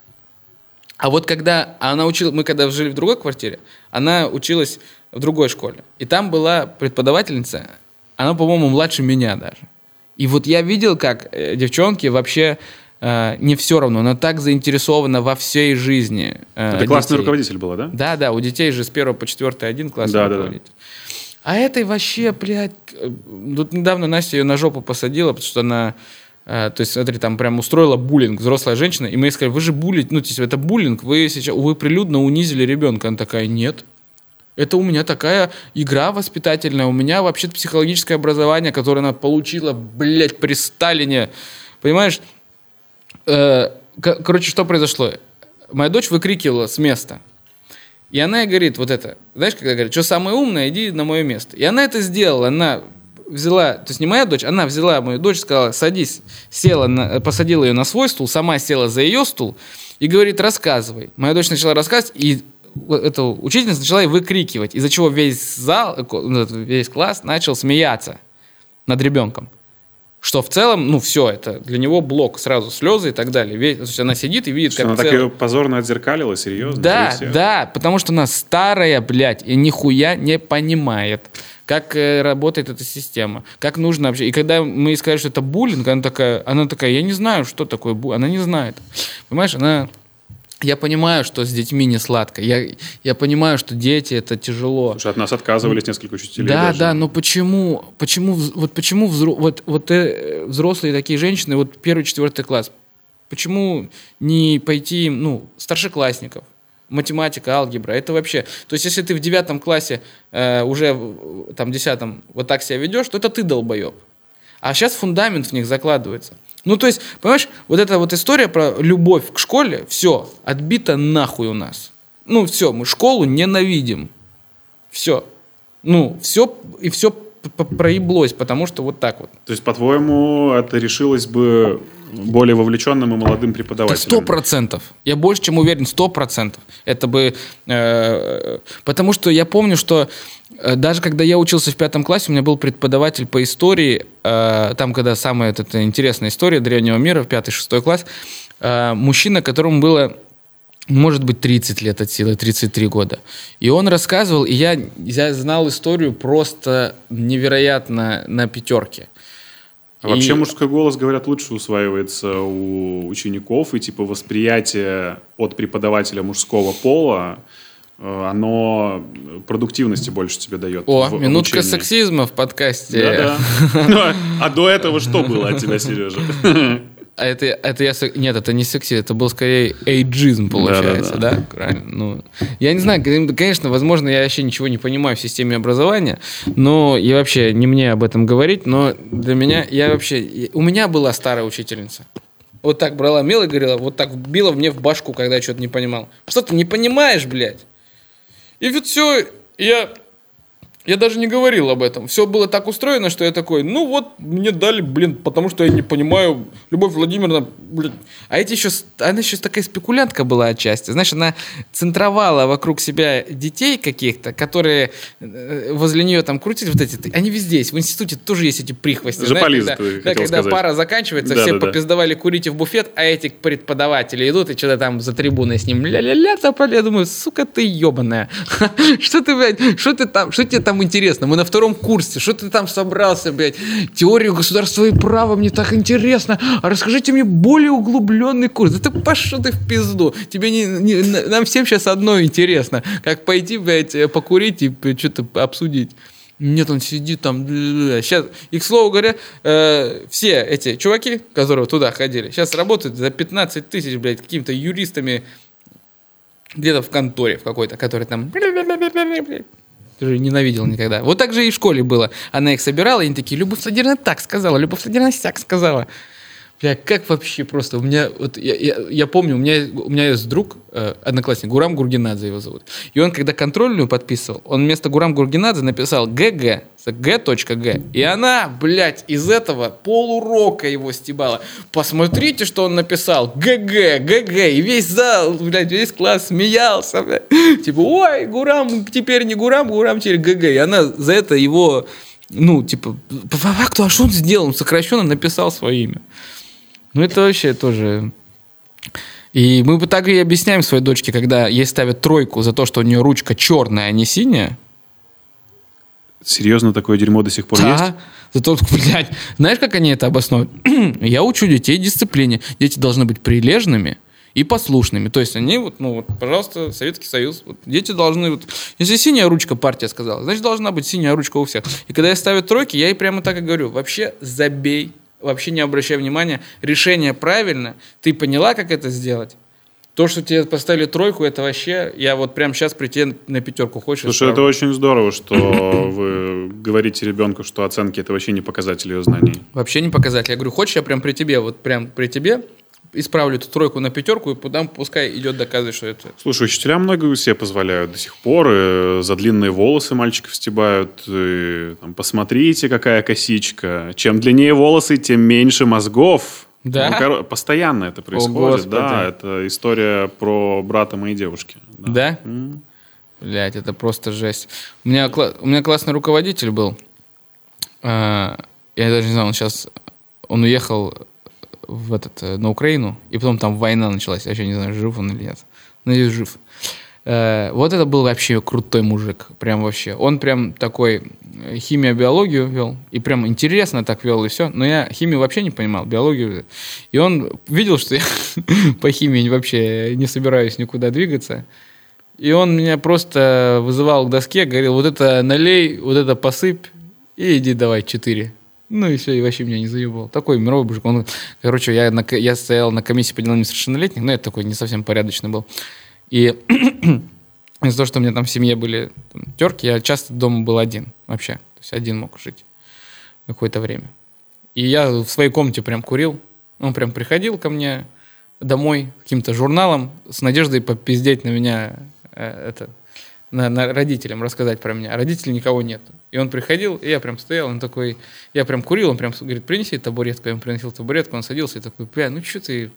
А вот когда она училась, мы когда жили в другой квартире, она училась в другой школе. И там была преподавательница, она, по-моему, младше меня даже. И вот я видел, как девчонки вообще не все равно, но так заинтересована во всей жизни. Это классный руководитель была, да? Да, у детей же с 1 по 4 один классный руководитель. Да. А этой вообще, блядь, тут недавно Настя ее на жопу посадила, потому что она... То есть, смотри, там прям устроила буллинг взрослая женщина, и мы ей сказали, вы же буллите, ну, то есть, это буллинг, вы прилюдно унизили ребенка. Она такая, нет. Это у меня такая игра воспитательная, у меня вообще-то психологическое образование, которое она получила, блядь, при Сталине. Понимаешь? Короче, что произошло? Моя дочь выкрикивала с места. И она ей говорит вот это. Знаешь, когда говорит, что самое умное, иди на мое место. И она это сделала. Она взяла, то есть не моя дочь, она взяла мою дочь, сказала, садись, посадила ее на свой стул, сама села за ее стул и говорит, рассказывай. Моя дочь начала рассказывать, и эта учительница начала ей выкрикивать, из-за чего весь зал, весь класс начал смеяться над ребенком. Что в целом, все, это для него блок, сразу слезы и так далее. То есть она сидит и видит, что как она так ее позорно отзеркалила, серьезно? Да, потому что она старая, блядь, и нихуя не понимает, как работает эта система, как нужно вообще. И когда мы ей сказали, что это буллинг, она такая, я не знаю, что такое буллинг. Она не знает. Понимаешь, Я понимаю, что с детьми не сладко. Я понимаю, что дети — это тяжело. Слушай, от нас отказывались несколько учителей. Да, но почему взрослые такие женщины, 1-4 класс, почему не пойти, старшеклассников? Математика, алгебра, это вообще... То есть, если ты в 9 классе уже в 10 вот так себя ведешь, то это ты долбоеб. А сейчас фундамент в них закладывается. То есть, понимаешь, вот эта вот история про любовь к школе, все, отбито нахуй у нас. Все, мы школу ненавидим. Все. Все, и все проеблось, потому что вот так вот. То есть, по-твоему, это решилось бы более вовлеченным и молодым преподавателем? 100%. Я больше чем уверен, 100%. Это бы... потому что я помню, что даже когда я учился в 5 классе, у меня был преподаватель по истории, там, когда самая эта интересная история древнего мира, в 5-6 класс, мужчина, которому было, может быть, 30 лет от силы, 33 года. И он рассказывал, и я знал историю просто невероятно на 5. А вообще мужской голос, говорят, лучше усваивается у учеников, и восприятие от преподавателя мужского пола, оно продуктивности больше тебе дает. Минутка сексизма в подкасте. Да. А до этого что было от тебя, Сережа? Нет, это не сексизм, это был скорее эйджизм, получается, да? Правильно. Я не знаю, конечно, возможно, я вообще ничего не понимаю в системе образования, но и вообще не мне об этом говорить, но для меня, у меня была старая учительница. Вот так брала мел и говорила, вот так била мне в башку, когда я что-то не понимал. Что ты не понимаешь, блядь? И вот все, я даже не говорил об этом. Все было так устроено, что я такой, мне дали, потому что я не понимаю, Любовь Владимировна, А она еще такая спекулянтка была отчасти. Знаешь, она центровала вокруг себя детей каких-то, которые возле нее там крутили вот эти. Они везде есть. В институте тоже есть эти прихвости. Когда пара заканчивается, все попиздовали курить в буфет, а эти преподаватели идут и что-то там за трибуной с ним ля-ля-ля тополя. Я думаю, сука, ты ебаная. Что ты, блядь, что тебе там интересно? Мы на 2 курсе. Что ты там собрался, блядь? Теорию государства и права мне так интересно. А расскажите мне более углубленный курс. Да ты пошел ты в пизду. Тебе нам всем сейчас одно интересно. Как пойти, блядь, покурить и что-то обсудить. Нет, он сидит там. Сейчас, и, к слову говоря, все эти чуваки, которые туда ходили, сейчас работают за 15 тысяч, блядь, какими-то юристами где-то в конторе в какой-то, который там... Ненавидел никогда. Вот так же и в школе было. Она их собирала, и они такие, Любовь Владимировна так сказала, Любовь Владимировна сяк сказала. Бля, как вообще просто? У меня, я помню, у меня есть друг, одноклассник, Гурам Гургенадзе его зовут. И он, когда контрольную подписывал, он вместо Гурам Гургенадзе написал ГГ, Г.Г. И она, блядь, из этого полурока его стебала. Посмотрите, что он написал. ГГ. И весь зал, блядь, весь класс смеялся, блядь. Ой, Гурам, теперь не Гурам теперь ГГ. И она за это его, по факту, а что он сделал? Он сокращенно написал свое имя. Это вообще тоже... И мы так и объясняем своей дочке, когда ей ставят 3 за то, что у нее ручка черная, а не синяя. Серьезно, такое дерьмо до сих пор есть? Да. Зато, блядь, знаешь, как они это обосновывают? Я учу детей дисциплине. Дети должны быть прилежными и послушными. То есть они, пожалуйста, Советский Союз. Дети должны... Если синяя ручка партия сказала, значит, должна быть синяя ручка у всех. И когда я ставлю 3, я ей прямо так и говорю. Вообще забей. Вообще не обращай внимания. Решение правильно. Ты поняла, как это сделать? То, что тебе поставили 3, это вообще... Я вот прямо сейчас прийти на 5 хочешь. Слушай, это очень здорово, что вы говорите ребенку, что оценки — это вообще не показатель ее знаний. Вообще не показатель. Я говорю, хочешь, я прям при тебе, исправлю эту 3 на 5 и потом пускай идет доказывать, что это... Слушай, учителя многое себе позволяют до сих пор. И за длинные волосы мальчиков стебают. И, там, посмотрите, какая косичка. Чем длиннее волосы, тем меньше мозгов. Да? Постоянно это происходит. Да, это история про брата моей девушки. Да? Блядь, это просто жесть. У меня классный руководитель был. Я даже не знаю, он уехал на Украину, и потом там война началась. Я вообще не знаю, жив он или нет. Надеюсь, жив. Вот это был вообще крутой мужик. Прям вообще. Он прям такой химию-биологию вел. И прям интересно так вел, и все. Но я химию вообще не понимал, биологию. И он видел, что я по химии вообще не собираюсь никуда двигаться. И он меня просто вызывал к доске, говорил, вот это налей, вот это посыпь, и иди давай 4. Ну и все, и вообще меня не заебал. Такой мировой мужик. Я стоял на комиссии по делам несовершеннолетних, но я такой не совсем порядочный был. И из-за того, что у меня там в семье были терки, я часто дома был один вообще. То есть один мог жить какое-то время. И я в своей комнате прям курил. Он прям приходил ко мне домой каким-то журналом с надеждой попиздеть на меня, на родителям рассказать про меня. А родителей никого нет. И он приходил, и я прям стоял, он такой... Я прям курил, он прям говорит, принеси табуретку. Я ему приносил табуретку, он садился и такой, ну что ты,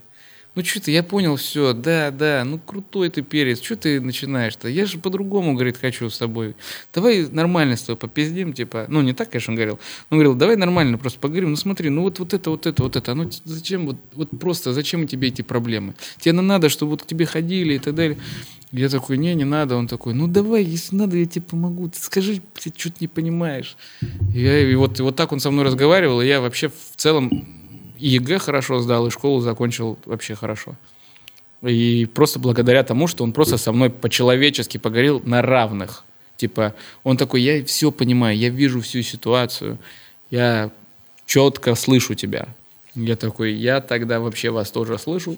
я понял все, да, крутой ты перец, что ты начинаешь-то? Я же по-другому, говорит, хочу с тобой. Давай нормально с тобой попиздим, не так, конечно, он говорил. Он говорил, давай нормально просто поговорим, смотри, вот это, зачем, просто зачем тебе эти проблемы? Тебе надо, чтобы вот к тебе ходили и так далее. Я такой, не надо. Он такой, давай, если надо, я тебе помогу. Ты скажи, ты что-то не понимаешь. И вот так он со мной разговаривал, и я вообще в целом и ЕГЭ хорошо сдал, и школу закончил вообще хорошо. И просто благодаря тому, что он просто со мной по-человечески поговорил на равных. Типа, он такой, я все понимаю, я вижу всю ситуацию, я четко слышу тебя. Я такой, я тогда вообще вас тоже слышу.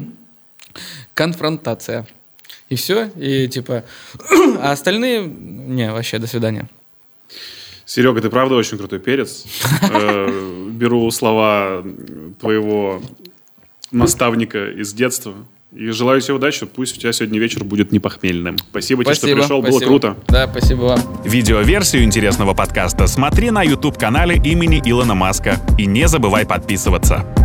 Конфронтация. И все, и типа... А остальные... Не, вообще, до свидания. Серега, ты правда очень крутой перец. Беру слова твоего наставника из детства. И желаю тебе удачи. Пусть у тебя сегодня вечер будет не похмельным. Спасибо тебе, что пришел. Было круто. Да, спасибо вам. Видеоверсию интересного подкаста смотри на YouTube-канале имени Илона Маска. И не забывай подписываться.